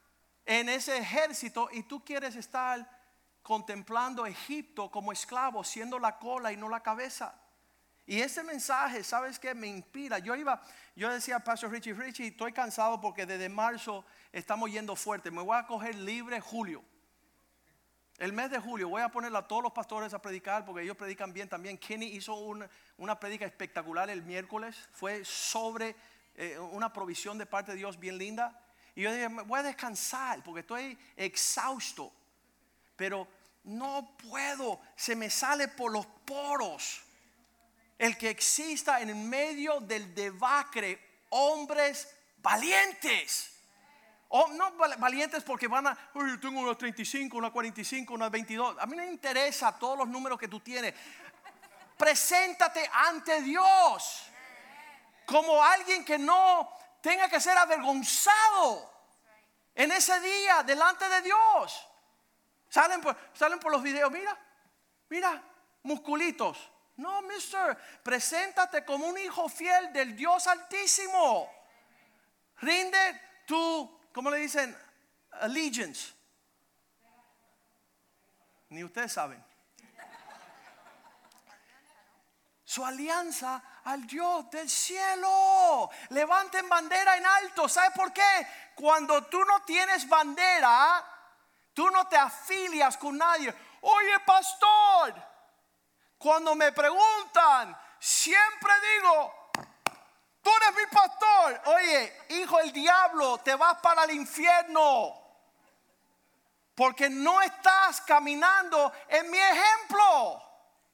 en ese ejército y tú quieres estar contemplando Egipto como esclavo, siendo la cola y no la cabeza. Y ese mensaje, ¿sabes qué? Me inspira. Yo iba, yo decía a Pastor Richie, Richie, estoy cansado porque desde marzo estamos yendo fuerte. Me voy a coger libre julio. El mes de julio voy a poner a todos los pastores a predicar porque ellos predican bien también. Kenny hizo una, una predica espectacular el miércoles. Fue sobre eh, una provisión de parte de Dios bien linda. Y yo dije, voy a descansar porque estoy exhausto. Pero no puedo, se me sale por los poros el que exista en medio del debacle hombres valientes. O no valientes porque van a, yo tengo una treinta y cinco, una cuarenta y cinco, una veintidós. A mí no me interesa todos los números que tú tienes. Preséntate ante Dios como alguien que no tenga que ser avergonzado en ese día delante de Dios. Salen por, salen por los videos, mira, mira, musculitos. No, mister, preséntate como un hijo fiel del Dios Altísimo. Rinde tu, ¿cómo le dicen? Allegiance. Ni ustedes saben. Su alianza al Dios del cielo. Levanten bandera en alto. ¿Sabe por qué? Cuando tú no tienes bandera, tú no te afilias con nadie. Oye, pastor, cuando me preguntan, siempre digo, tú eres mi pastor. Oye, hijo del diablo, te vas para el infierno. Porque no estás caminando en mi ejemplo.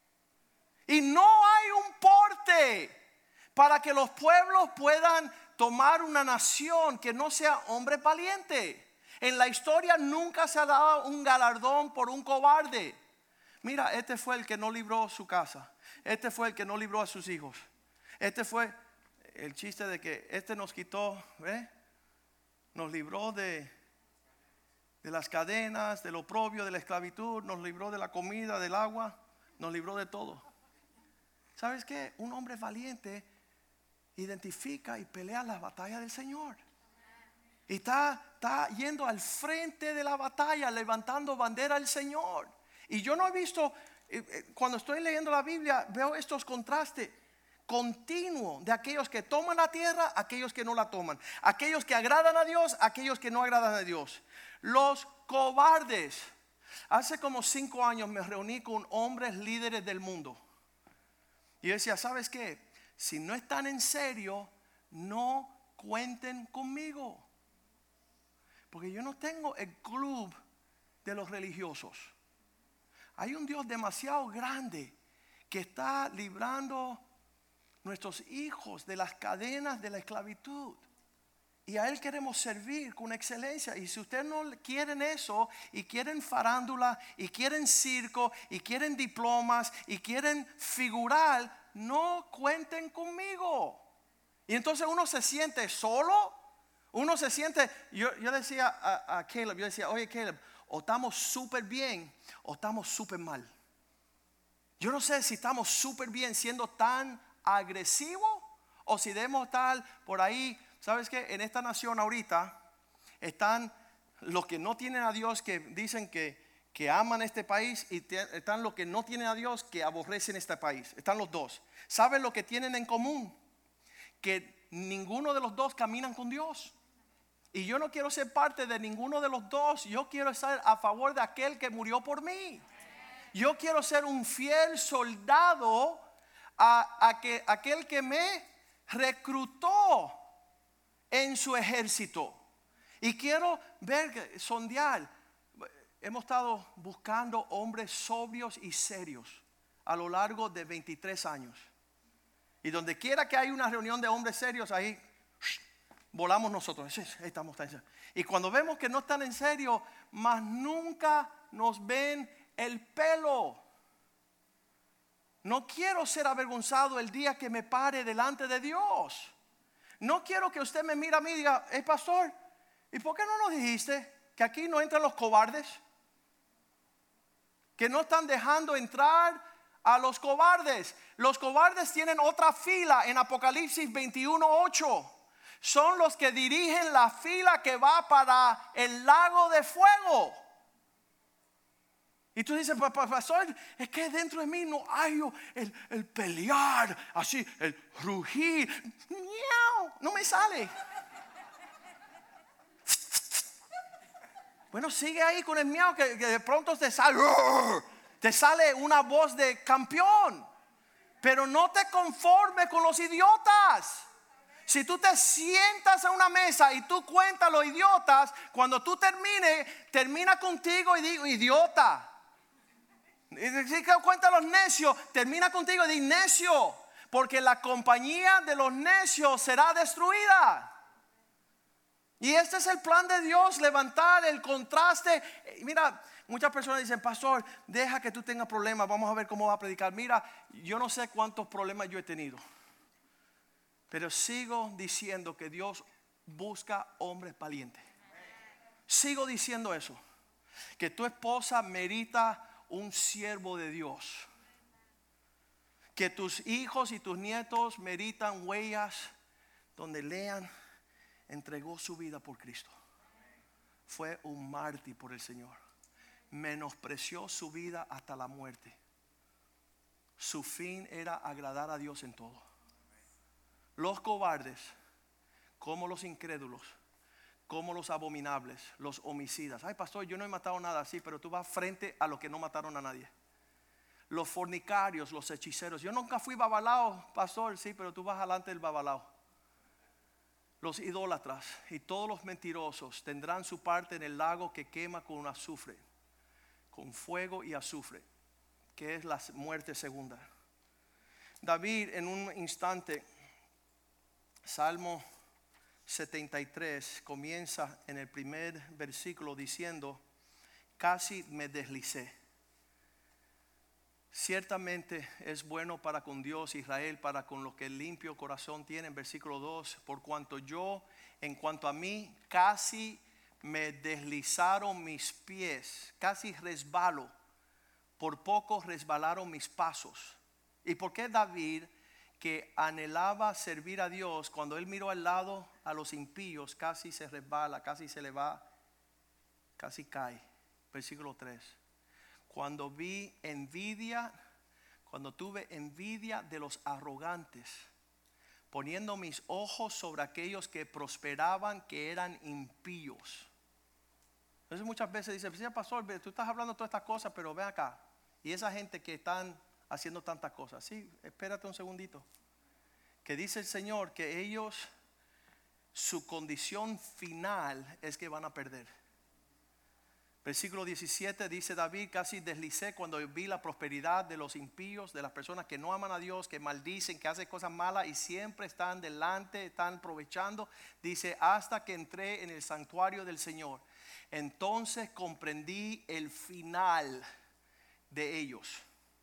Y no hay un porte para que los pueblos puedan tomar una nación que no sea hombre valiente. En la historia nunca se ha dado un galardón por un cobarde. Mira, este fue el que no libró su casa. Este fue el que no libró a sus hijos. Este fue el chiste de que este nos quitó, ¿eh? Nos libró de, de las cadenas, del oprobio, de la esclavitud. Nos libró de la comida, del agua. Nos libró de todo. ¿Sabes qué? Un hombre valiente identifica y pelea las batallas del Señor. Y está, está yendo al frente de la batalla, levantando bandera al Señor. Y yo no he visto, cuando estoy leyendo la Biblia, veo estos contrastes continuos de aquellos que toman la tierra, aquellos que no la toman. Aquellos que agradan a Dios, aquellos que no agradan a Dios. Los cobardes. Hace como cinco años me reuní con hombres líderes del mundo. Y yo decía, ¿sabes qué? Si no están en serio, no cuenten conmigo. Porque yo no tengo el club de los religiosos. Hay un Dios demasiado grande que está librando nuestros hijos de las cadenas de la esclavitud. Y a Él queremos servir con excelencia. Y si ustedes no quieren eso, y quieren farándula, y quieren circo, y quieren diplomas, y quieren figurar, no cuenten conmigo. Y entonces uno se siente solo. Uno se siente, yo, yo decía a, a Caleb, yo decía, oye Caleb, o estamos súper bien o estamos súper mal. Yo no sé si estamos súper bien siendo tan agresivos o si debemos estar por ahí. ¿Sabes qué? En esta nación ahorita están los que no tienen a Dios, que dicen que, que aman este país, y te, están los que no tienen a Dios, que aborrecen este país. Están los dos. ¿Saben lo que tienen en común? Que ninguno de los dos caminan con Dios. Y yo no quiero ser parte de ninguno de los dos. Yo quiero estar a favor de aquel que murió por mí. Yo quiero ser un fiel soldado a, a que, aquel que me reclutó en su ejército. Y quiero ver, sondear. Hemos estado buscando hombres sobrios y serios a lo largo de veintitrés años. Y donde quiera que haya una reunión de hombres serios, ahí volamos nosotros. Ahí estamos. Y cuando vemos que no están en serio, más nunca nos ven el pelo. No quiero ser avergonzado el día que me pare delante de Dios. No quiero que usted me mire a mí y diga, hey pastor, ¿y por qué no nos dijiste que aquí no entran los cobardes? Que no están dejando entrar a los cobardes. Los cobardes tienen otra fila en Apocalipsis veintiuno ocho. son los que dirigen la fila que va para el lago de fuego. Y tú dices, pastor, es que dentro de mí no hay el, el pelear, así, el rugir. Miau, no me sale. Bueno, sigue ahí con el miau, que, que de pronto te sale, te sale una voz de campeón. Pero no te conformes con los idiotas. Si tú te sientas a una mesa y tú cuentas los idiotas, cuando tú termines, termina contigo y digo, idiota. Y si cuenta los necios, termina contigo y di necio, porque la compañía de los necios será destruida. Y este es el plan de Dios, levantar el contraste. Mira, muchas personas dicen, pastor, deja que tú tengas problemas, vamos a ver cómo va a predicar. Mira, yo no sé cuántos problemas yo he tenido, pero sigo diciendo que Dios busca hombres valientes. Sigo diciendo eso, que tu esposa merita un siervo de Dios, que tus hijos y tus nietos meritan huellas donde lean, entregó su vida por Cristo, fue un mártir por el Señor, menospreció su vida hasta la muerte. Su fin era agradar a Dios en todo. Los cobardes, como los incrédulos, como los abominables, los homicidas. Ay, pastor, yo no he matado nada así, pero tú vas frente a los que no mataron a nadie. Los fornicarios, los hechiceros. Yo nunca fui babalao, pastor, sí, pero tú vas adelante del babalao. Los idólatras y todos los mentirosos tendrán su parte en el lago que quema con azufre, con fuego y azufre, que es la muerte segunda. David, en un instante, Salmo setenta y tres comienza en el primer versículo diciendo, casi me deslicé. Ciertamente es bueno para con Dios, Israel, para con los que el limpio corazón tienen. Versículo dos, por cuanto yo, en cuanto a mí, casi me deslizaron mis pies, casi resbalo, por poco resbalaron mis pasos. ¿Y por qué David, que anhelaba servir a Dios, cuando él miró al lado a los impíos, casi se resbala, casi se le va, casi cae? Versículo tres, cuando vi envidia, cuando tuve envidia de los arrogantes, poniendo mis ojos sobre aquellos que prosperaban, que eran impíos. Entonces muchas veces dice, sí, pastor, tú estás hablando todas estas cosas, pero ven acá, y esa gente que están haciendo tantas cosas, sí, espérate un segundito, que dice el Señor que ellos, su condición final es que van a perder. Versículo diecisiete dice David, casi deslicé cuando vi la prosperidad de los impíos, de las personas que no aman a Dios, que maldicen, que hacen cosas malas y siempre están delante, están aprovechando. Dice, hasta que entré en el santuario del Señor, entonces comprendí el final de ellos.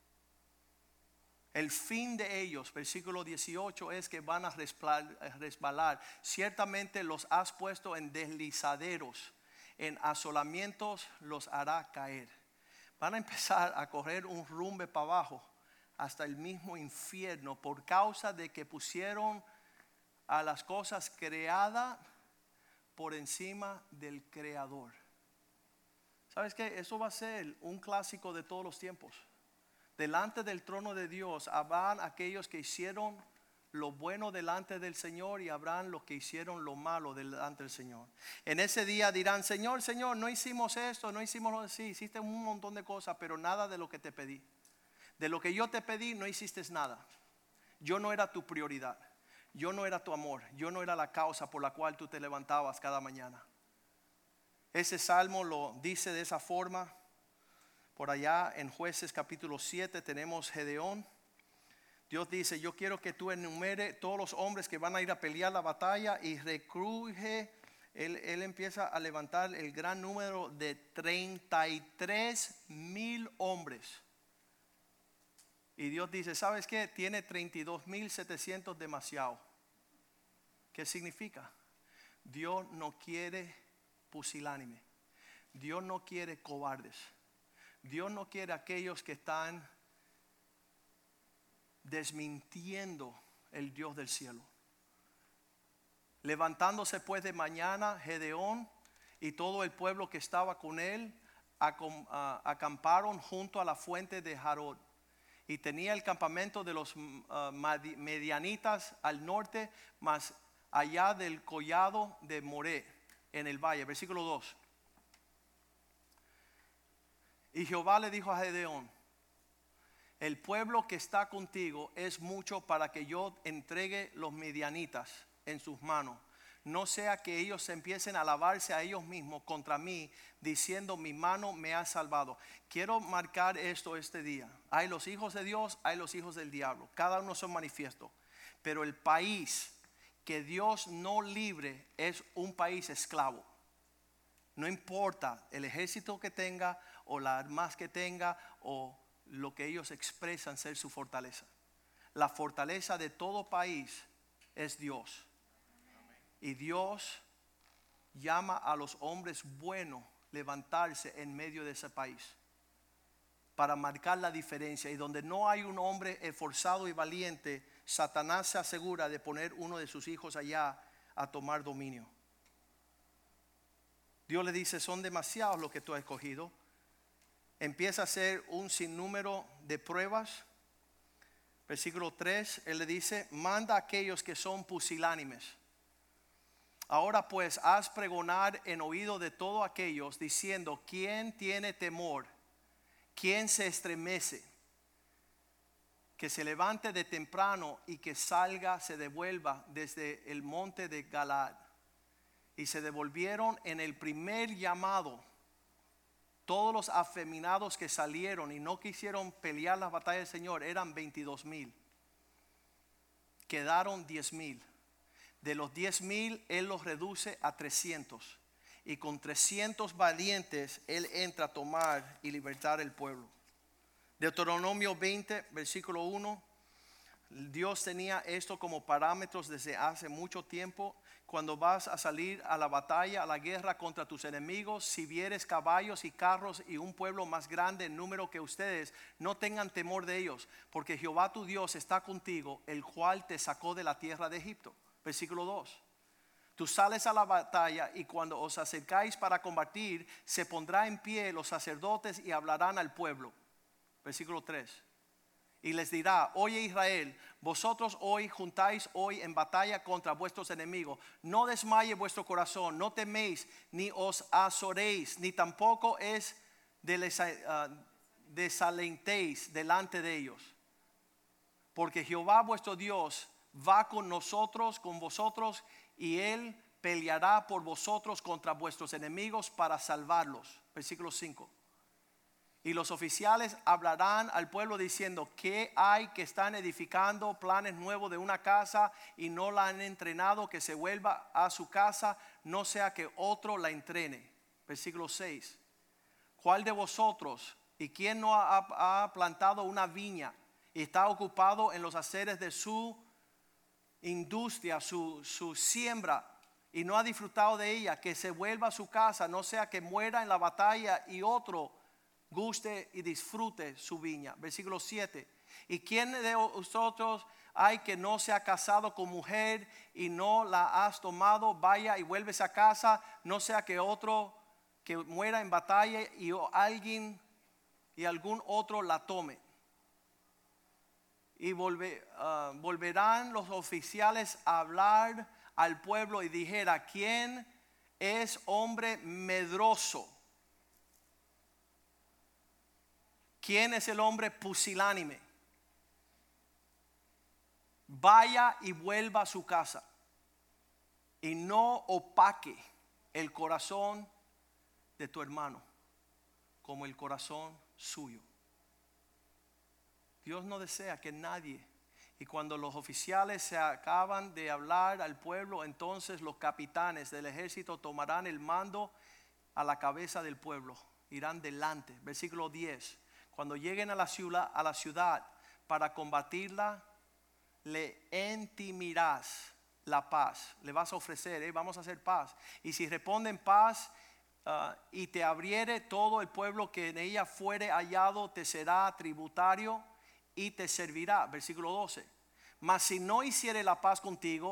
El fin de ellos, versículo dieciocho, es que van a resbalar. Ciertamente los has puesto en deslizaderos, en asolamientos los hará caer. Van a empezar a correr un rumbe para abajo hasta el mismo infierno por causa de que pusieron a las cosas creadas por encima del Creador. ¿Sabes qué? Eso va a ser un clásico de todos los tiempos. Delante del trono de Dios habrán aquellos que hicieron lo bueno delante del Señor y habrán los que hicieron lo malo delante del Señor. En ese día dirán, Señor, Señor, no hicimos esto, no hicimos lo así, hiciste un montón de cosas, pero nada de lo que te pedí. De lo que yo te pedí no hiciste nada. Yo no era tu prioridad, yo no era tu amor, yo no era la causa por la cual tú te levantabas cada mañana. Ese salmo lo dice de esa forma. Por allá en Jueces capítulo siete tenemos Gedeón. Dios dice, yo quiero que tú enumeres todos los hombres que van a ir a pelear la batalla y recruje. Él, él empieza a levantar el gran número de treinta y tres mil hombres. Y Dios dice, ¿sabes qué? Tiene treinta y dos mil setecientos demasiado. ¿Qué significa? Dios no quiere pusilánime. Dios no quiere cobardes. Dios no quiere aquellos que están desmintiendo el Dios del cielo. Levantándose pues de mañana, Gedeón y todo el pueblo que estaba con él acom- ah, acamparon junto a la fuente de Jarod. Y tenía el campamento de los uh, medianitas al norte, más allá del collado de Moré, en el valle. Versículo dos. Y Jehová le dijo a Gedeón: el pueblo que está contigo es mucho para que yo entregue los medianitas en sus manos. No sea que ellos se empiecen a alabarse a ellos mismos contra mí, diciendo: mi mano me ha salvado. Quiero marcar esto este día. Hay los hijos de Dios, hay los hijos del diablo. Cada uno son manifiestos. Pero el país que Dios no libre es un país esclavo. No importa el ejército que tenga, o las armas que tenga, o lo que ellos expresan ser su fortaleza. La fortaleza de todo país es Dios. Y Dios llama a los hombres buenos levantarse en medio de ese país para marcar la diferencia. Y donde no hay un hombre esforzado y valiente, Satanás se asegura de poner uno de sus hijos allá a tomar dominio. Dios le dice: son demasiados los que tú has escogido. Empieza a hacer un sinnúmero de pruebas. Versículo tres, él le dice: manda a aquellos que son pusilánimes. Ahora pues, haz pregonar en oído de todos aquellos, diciendo: ¿quién tiene temor? ¿Quién se estremece? Que se levante de temprano y que salga, se devuelva desde el monte de Galaad. Y se devolvieron en el primer llamado todos los afeminados que salieron y no quisieron pelear la batalla del Señor. Eran veintidós mil. Quedaron diez mil. De los diez mil, Él los reduce a trescientos. Y con trescientos valientes, Él entra a tomar y libertar el pueblo. Deuteronomio veinte, versículo uno. Dios tenía esto como parámetros desde hace mucho tiempo. Cuando vas a salir a la batalla, a la guerra contra tus enemigos, si vieres caballos y carros y un pueblo más grande en número que ustedes, no tengan temor de ellos, porque Jehová tu Dios está contigo, el cual te sacó de la tierra de Egipto. Versículo dos. Tú sales a la batalla, y cuando os acercáis para combatir, se pondrá en pie los sacerdotes y hablarán al pueblo. Versículo tres. Y les dirá: oye Israel, vosotros hoy juntáis hoy en batalla contra vuestros enemigos. No desmaye vuestro corazón, no teméis, ni os azoréis, ni tampoco es desalentéis delante de ellos. Porque Jehová vuestro Dios va con nosotros, con vosotros, y Él peleará por vosotros contra vuestros enemigos para salvarlos. Versículo cinco. Y los oficiales hablarán al pueblo diciendo: ¿qué hay que están edificando planes nuevos de una casa y no la han entrenado? Que se vuelva a su casa, no sea que otro la entrene. Versículo seis. ¿Cuál de vosotros y quién no ha, ha plantado una viña y está ocupado en los haceres de su industria, su, su siembra, y no ha disfrutado de ella? Que se vuelva a su casa, no sea que muera en la batalla y otro guste y disfrute su viña. Versículo siete. ¿Y quién de vosotros hay que no se ha casado con mujer y no la has tomado? Vaya y vuelves a casa, no sea que otro que muera en batalla y alguien y algún otro la tome. Y volver, uh, volverán los oficiales a hablar al pueblo y dijera: ¿quién es hombre medroso? ¿Quién es el hombre pusilánime? Vaya y vuelva a su casa, y no opaque el corazón de tu hermano como el corazón suyo. Dios no desea que nadie. Y cuando los oficiales se acaban de hablar al pueblo, entonces los capitanes del ejército tomarán el mando a la cabeza del pueblo. Irán delante. Versículo diez. Cuando lleguen a la ciudad, a la ciudad para combatirla, le intimirás la paz. Le vas a ofrecer, eh, vamos a hacer paz. Y si responden paz, uh, y te abriere todo el pueblo que en ella fuere hallado, te será tributario y te servirá. Versículo doce. Mas si no hiciere la paz contigo,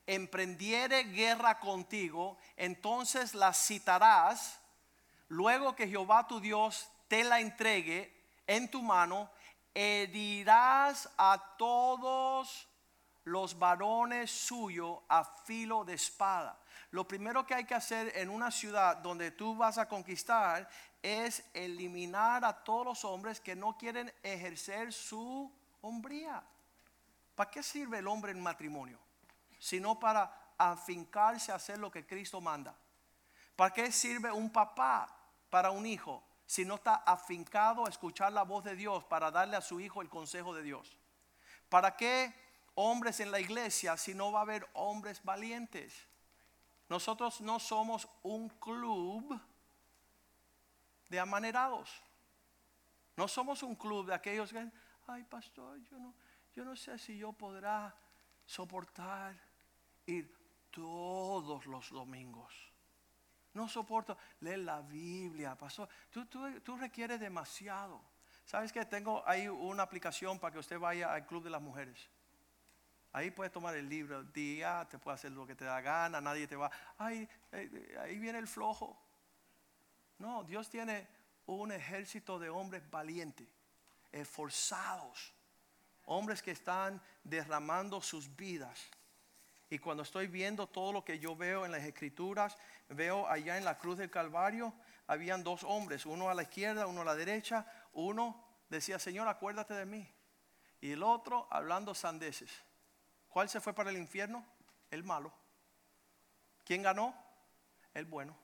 emprendiere guerra contigo, entonces la citarás, luego que Jehová tu Dios te la entregue en tu mano, herirás a todos los varones suyos a filo de espada. Lo primero que hay que hacer en una ciudad donde tú vas a conquistar es eliminar a todos los hombres que no quieren ejercer su hombría. ¿Para qué sirve el hombre en matrimonio? Sino para afincarse a hacer lo que Cristo manda. ¿Para qué sirve un papá para un hijo si no está afincado a escuchar la voz de Dios para darle a su hijo el consejo de Dios? ¿Para qué hombres en la iglesia si no va a haber hombres valientes? Nosotros no somos un club de amanerados. No somos un club de aquellos que, ay pastor, yo no, yo no sé si yo podrá soportar ir todos los domingos. No soporto leer la Biblia, pastor. Tú, tú, tú requieres demasiado. ¿Sabes qué? Tengo ahí una aplicación para que usted vaya al Club de las Mujeres. Ahí puedes tomar el libro del día, te puedes hacer lo que te da gana, nadie te va, ay, ahí viene el flojo. No, Dios tiene un ejército de hombres valientes, esforzados, hombres que están derramando sus vidas. Y cuando estoy viendo todo lo que yo veo en las escrituras, veo allá en la cruz del Calvario, habían dos hombres, uno a la izquierda, uno a la derecha. Uno decía, Señor, acuérdate de mí. Y el otro hablando sandeces. ¿Cuál se fue para el infierno? El malo. ¿Quién ganó? El bueno.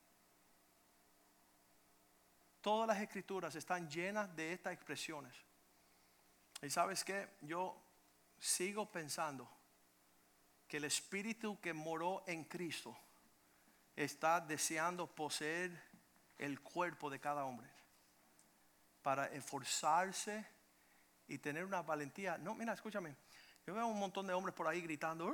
Todas las escrituras están llenas de estas expresiones. Y sabes qué, yo sigo pensando que el espíritu que moró en Cristo está deseando poseer el cuerpo de cada hombre para esforzarse y tener una valentía. No, mira, escúchame. Yo veo un montón de hombres por ahí gritando.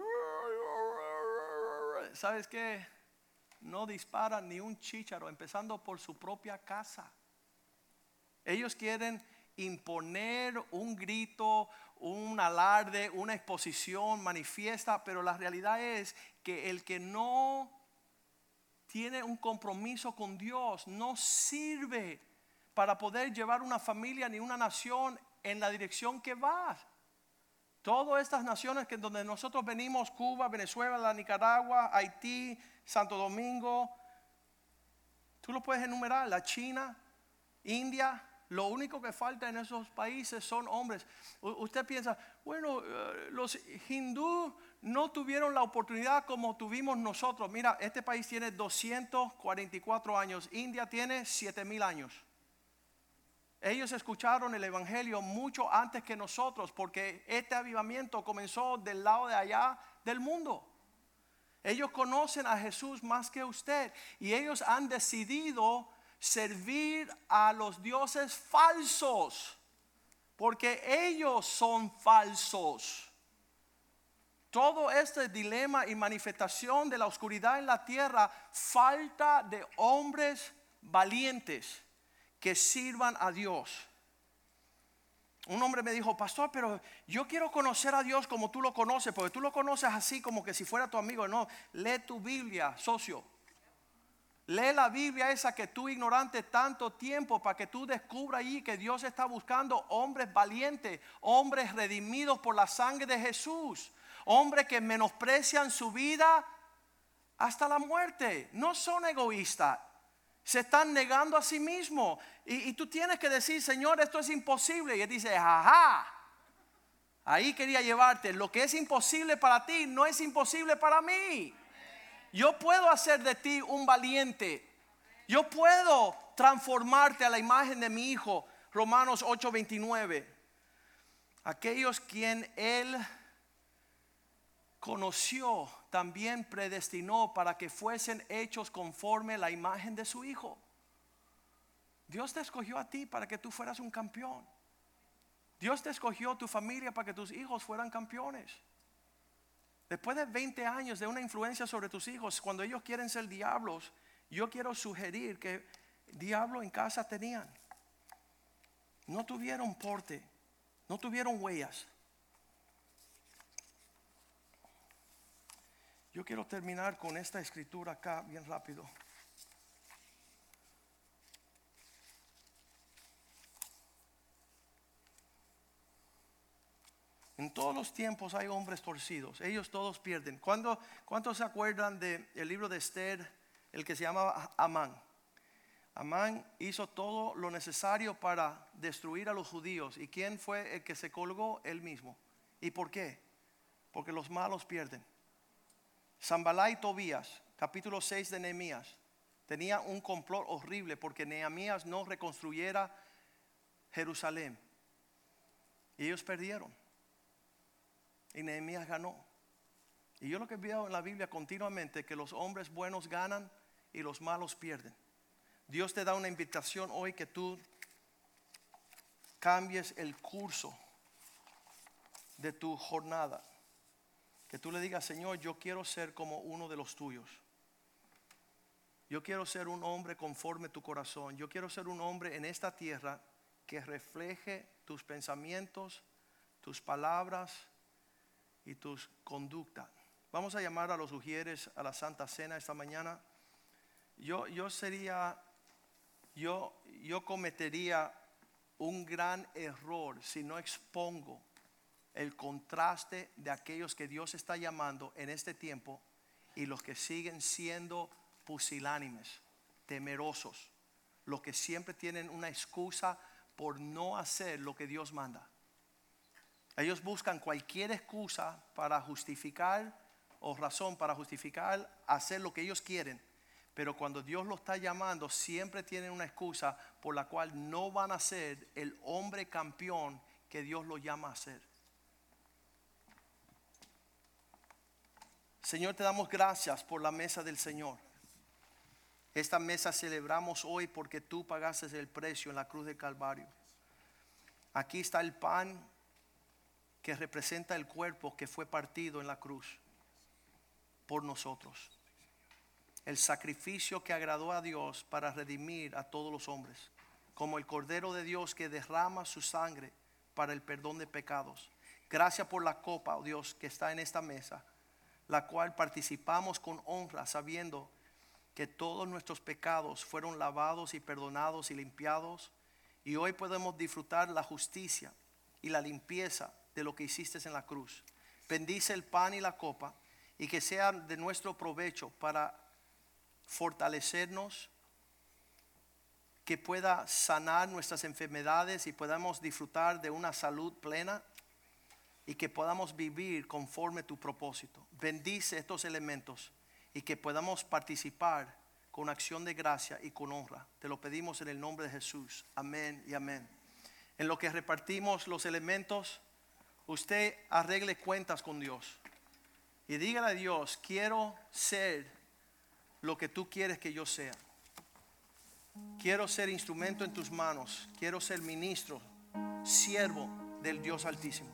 ¿Sabes qué? No disparan ni un chícharo, empezando por su propia casa. Ellos quieren imponer un grito, un alarde, una exposición manifiesta, pero la realidad es que el que no tiene un compromiso con Dios no sirve para poder llevar una familia ni una nación en la dirección que va. Todas estas naciones que donde nosotros venimos, Cuba, Venezuela, la Nicaragua, Haití, Santo Domingo, tú lo puedes enumerar, la China, India. Lo único que falta en esos países son hombres. Usted piensa, bueno, los hindúes no tuvieron la oportunidad como tuvimos nosotros. Mira, este país tiene doscientos cuarenta y cuatro años. India tiene siete mil años. Ellos escucharon el evangelio mucho antes que nosotros, porque este avivamiento comenzó del lado de allá del mundo. Ellos conocen a Jesús más que usted, y ellos han decidido servir a los dioses falsos, porque ellos son falsos. Todo este dilema y manifestación de la oscuridad en la tierra, falta de hombres valientes que sirvan a Dios. Un hombre me dijo, pastor, pero yo quiero conocer a Dios como tú lo conoces, porque tú lo conoces así como que si fuera tu amigo. No, lee tu Biblia, socio. Lee la Biblia esa que tú ignorante tanto tiempo, para que tú descubras allí que Dios está buscando hombres valientes, hombres redimidos por la sangre de Jesús, hombres que menosprecian su vida hasta la muerte. No son egoístas, se están negando a sí mismos. Y, y tú tienes que decir, Señor, esto es imposible. Y él dice, ajá, ahí quería llevarte. Lo que es imposible para ti no es imposible para mí. Yo puedo hacer de ti un valiente. Yo puedo transformarte a la imagen de mi Hijo. Romanos ocho veintinueve. Aquellos quien Él conoció, también predestinó para que fuesen hechos conforme a la imagen de su Hijo. Dios te escogió a ti para que tú fueras un campeón. Dios te escogió tu familia para que tus hijos fueran campeones. Después de veinte años de una influencia sobre tus hijos, cuando ellos quieren ser diablos, yo quiero sugerir que diablo en casa tenían. No tuvieron porte, no tuvieron huellas. Yo quiero terminar con esta escritura acá bien rápido. En todos los tiempos hay hombres torcidos. Ellos todos pierden. ¿Cuándo, ¿Cuántos se acuerdan del libro de Esther, el que se llamaba Amán? Amán hizo todo lo necesario para destruir a los judíos. ¿Y quién fue el que se colgó? Él mismo. ¿Y por qué? Porque los malos pierden. Sanbalá y Tobías, capítulo seis de Nehemías, tenía un complot horrible porque Nehemías no reconstruyera Jerusalén. Y ellos perdieron. Y Nehemías ganó. Y yo lo que veo en la Biblia continuamente, que los hombres buenos ganan y los malos pierden. Dios te da una invitación hoy que tú cambies el curso de tu jornada. Que tú le digas: Señor, yo quiero ser como uno de los tuyos. Yo quiero ser un hombre conforme a tu corazón. Yo quiero ser un hombre en esta tierra que refleje tus pensamientos, tus palabras y tus conductas. Vamos a llamar a los ujieres a la Santa Cena esta mañana. Yo, yo sería, yo, yo cometería un gran error si no expongo el contraste de aquellos que Dios está llamando en este tiempo y los que siguen siendo pusilánimes, temerosos, los que siempre tienen una excusa por no hacer lo que Dios manda. Ellos buscan cualquier excusa para justificar o razón para justificar hacer lo que ellos quieren. Pero cuando Dios los está llamando, siempre tienen una excusa por la cual no van a ser el hombre campeón que Dios los llama a ser. Señor, te damos gracias por la mesa del Señor. Esta mesa celebramos hoy porque tú pagaste el precio en la cruz del Calvario. Aquí está el pan que representa el cuerpo que fue partido en la cruz por nosotros. El sacrificio que agradó a Dios para redimir a todos los hombres, como el Cordero de Dios que derrama su sangre para el perdón de pecados. Gracias por la copa, oh Dios, que está en esta mesa, la cual participamos con honra, sabiendo que todos nuestros pecados fueron lavados y perdonados y limpiados, y hoy podemos disfrutar la justicia y la limpieza de lo que hiciste en la cruz. Bendice el pan y la copa, y que sea de nuestro provecho para fortalecernos, que pueda sanar nuestras enfermedades y podamos disfrutar de una salud plena, y que podamos vivir conforme a tu propósito. Bendice estos elementos y que podamos participar con acción de gracia y con honra. Te lo pedimos en el nombre de Jesús. Amén y amén. En lo que repartimos los elementos, usted arregle cuentas con Dios y dígale a Dios: quiero ser lo que tú quieres que yo sea. Quiero ser instrumento en tus manos. Quiero ser ministro, siervo del Dios Altísimo.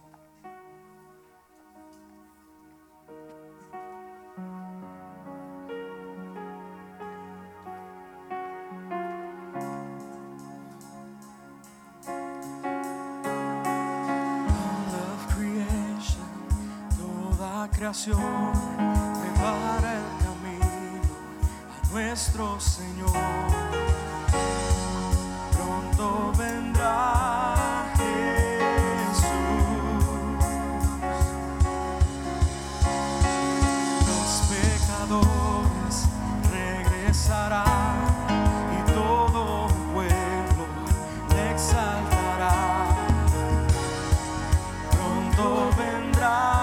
Prepara el camino a nuestro Señor. Pronto vendrá Jesús. Los pecadores regresarán y todo pueblo le exaltará. Pronto vendrá.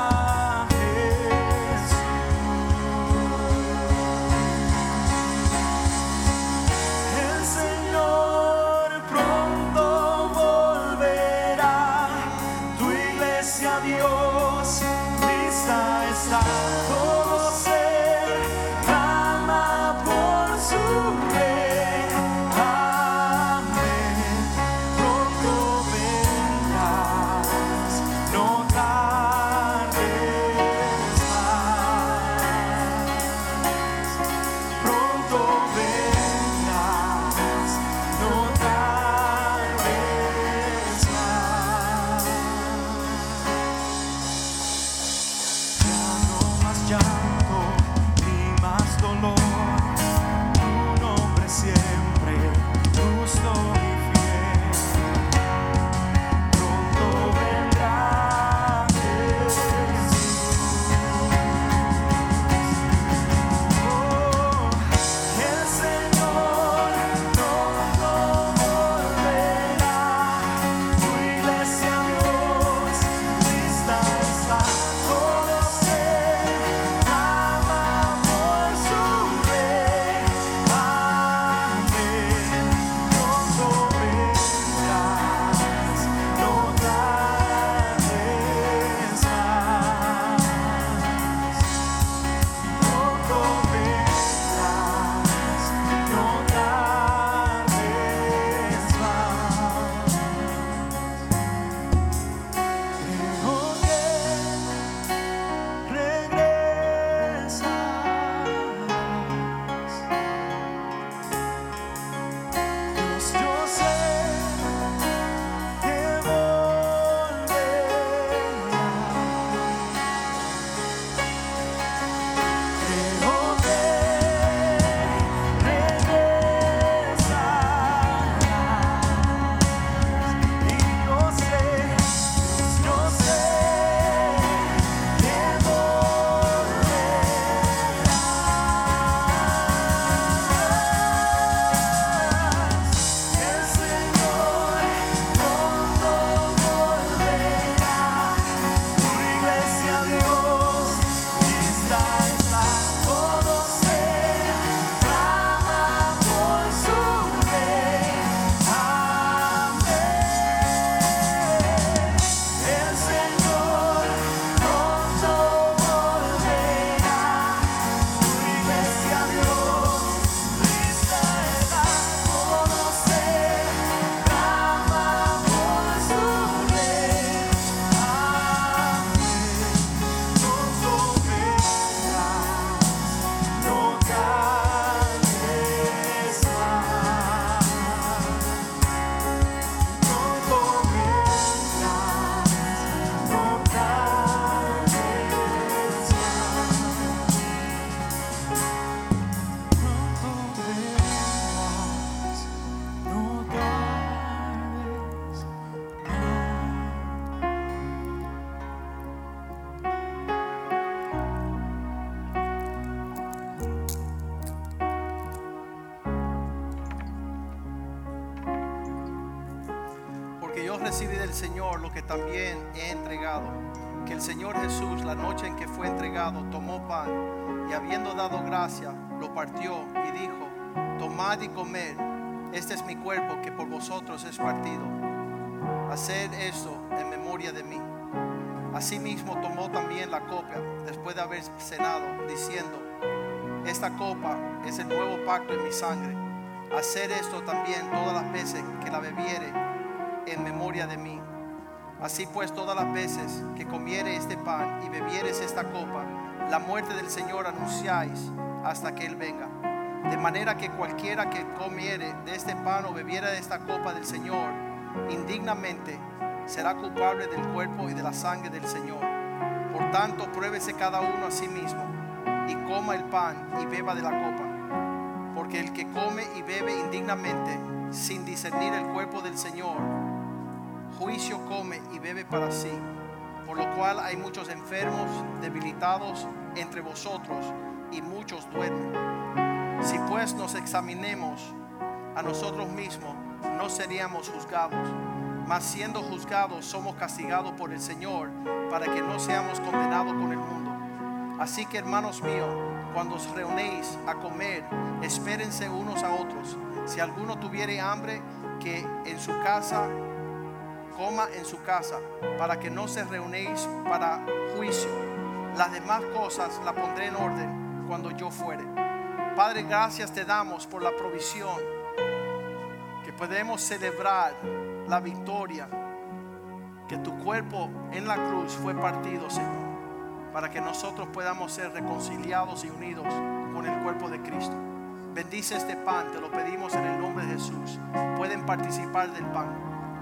recibí del Señor lo que también he entregado, que el Señor Jesús, la noche en que fue entregado, tomó pan y habiendo dado gracia, lo partió y dijo: tomad y comed, este es mi cuerpo que por vosotros es partido. Haced esto en memoria de mí. Asimismo tomó también la copa después de haber cenado, diciendo: esta copa es el nuevo pacto en mi sangre. Haced esto también todas las veces que la bebiere en memoria de mí. Así pues, todas las veces que comiere este pan y bebieres esta copa, la muerte del Señor anunciáis hasta que Él venga. De manera que cualquiera que comiere de este pan o bebiera de esta copa del Señor indignamente será culpable del cuerpo y de la sangre del Señor. Por tanto, pruébese cada uno a sí mismo y coma el pan y beba de la copa. Porque el que come y bebe indignamente, sin discernir el cuerpo del Señor, juicio come y bebe para sí. Por lo cual hay muchos enfermos, debilitados entre vosotros, y muchos duermen. Si pues nos examinemos a nosotros mismos, no seríamos juzgados. Mas siendo juzgados, somos castigados por el Señor, para que no seamos condenados con el mundo. Así que, hermanos míos, cuando os reunéis a comer, espérense unos a otros. Si alguno tuviere hambre, que en su casa coma en su casa, para que no se reunéis para juicio. Las demás cosas las pondré en orden cuando yo fuere. Padre, gracias te damos por la provisión, que podemos celebrar la victoria, que tu cuerpo en la cruz fue partido, Señor, para que nosotros podamos ser reconciliados y unidos con el cuerpo de Cristo. Bendice este pan, te lo pedimos en el nombre de Jesús. Pueden participar del pan.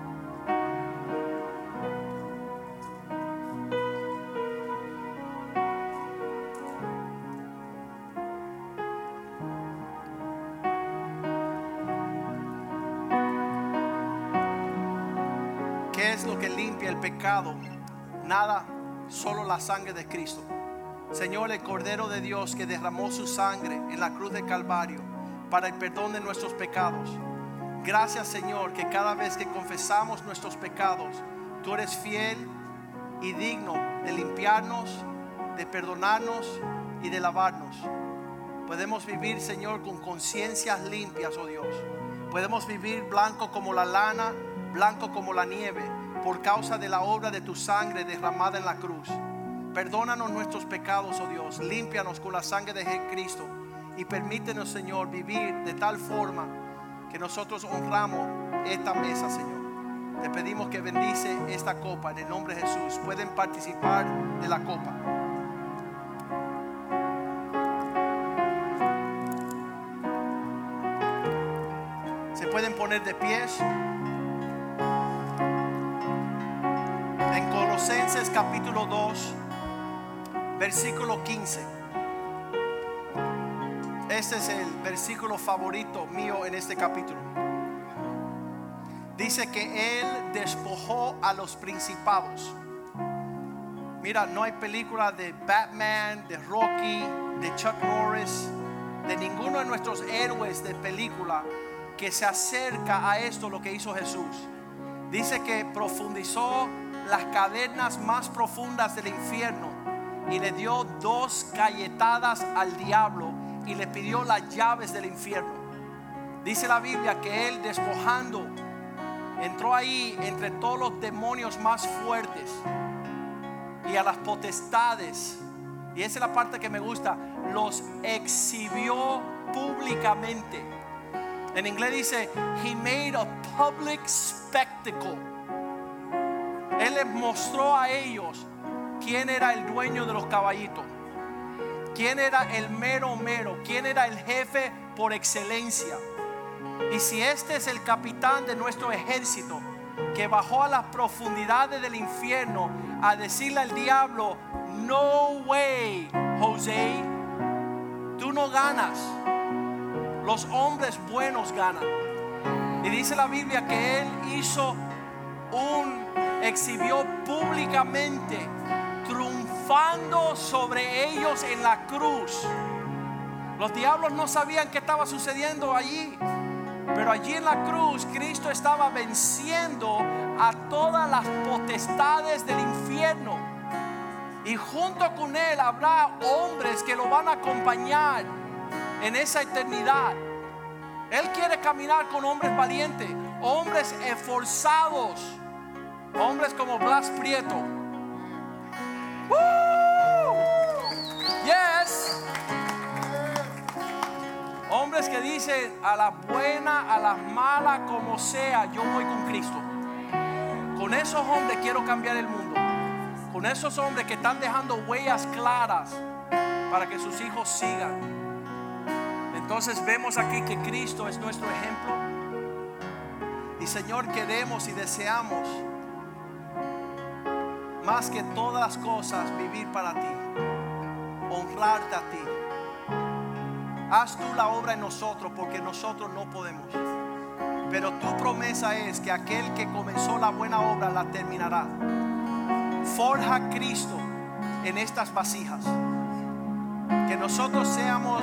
¿Qué es lo que limpia el pecado? Nada, solo la sangre de Cristo. Señor, el Cordero de Dios que derramó su sangre en la cruz de Calvario para el perdón de nuestros pecados. Gracias, Señor, que cada vez que confesamos nuestros pecados, tú eres fiel y digno de limpiarnos, de perdonarnos y de lavarnos. Podemos vivir, Señor, con conciencias limpias, oh Dios. Podemos vivir blanco como la lana, blanco como la nieve, por causa de la obra de tu sangre derramada en la cruz. Perdónanos nuestros pecados, oh Dios, límpianos con la sangre de Cristo y permítenos, Señor, vivir de tal forma que nosotros honramos esta mesa, Señor. Te pedimos que bendice esta copa en el nombre de Jesús. Pueden participar de la copa. Se pueden poner de pies. En Colosenses capítulo dos, versículo quince. Este es el versículo favorito mío en este capítulo. Dice que Él despojó a los principados. Mira, no hay película de Batman, de Rocky, de Chuck Norris, de ninguno de nuestros héroes de película que se acerca a esto lo que hizo Jesús. Dice que profundizó las cavernas más profundas del infierno y le dio dos calletadas al diablo y le pidió las llaves del infierno. Dice la Biblia que Él, despojando, entró ahí entre todos los demonios más fuertes y a las potestades, y esa es la parte que me gusta, los exhibió públicamente. En inglés dice He made a public spectacle. Él les mostró a ellos quién era el dueño de los caballitos, quién era el mero mero, quién era el jefe por excelencia. Y si este es el capitán de nuestro ejército, que bajó a las profundidades del infierno a decirle al diablo: no way, José, tú no ganas, los hombres buenos ganan. Y dice la Biblia que Él hizo un exhibió públicamente, triunfando sobre ellos en la cruz. Los diablos no sabían qué estaba sucediendo allí, pero allí en la cruz Cristo estaba venciendo a todas las potestades del infierno. Y junto con Él habrá hombres que lo van a acompañar en esa eternidad. Él quiere caminar con hombres valientes, hombres esforzados, hombres como Blas Prieto. ¡Woo! Yes. Hombres que dicen: a la buena, a la mala, como sea, yo voy con Cristo. Con esos hombres quiero cambiar el mundo. Con esos hombres que están dejando huellas claras para que sus hijos sigan. Entonces vemos aquí que Cristo es nuestro ejemplo. Y Señor, queremos y deseamos más que todas las cosas vivir para ti, honrarte a ti. Haz tú la obra en nosotros, porque nosotros no podemos. Pero tu promesa es que aquel que comenzó la buena obra la terminará. Forja a Cristo en estas vasijas. Que nosotros seamos,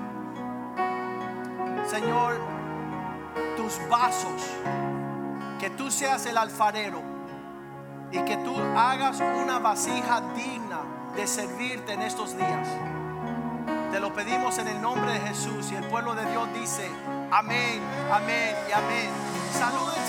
Señor, tus vasos. Que tú seas el alfarero y que tú hagas una vasija digna de servirte en estos días. Te lo pedimos en el nombre de Jesús, y el pueblo de Dios dice amén, amén y amén. Saluden.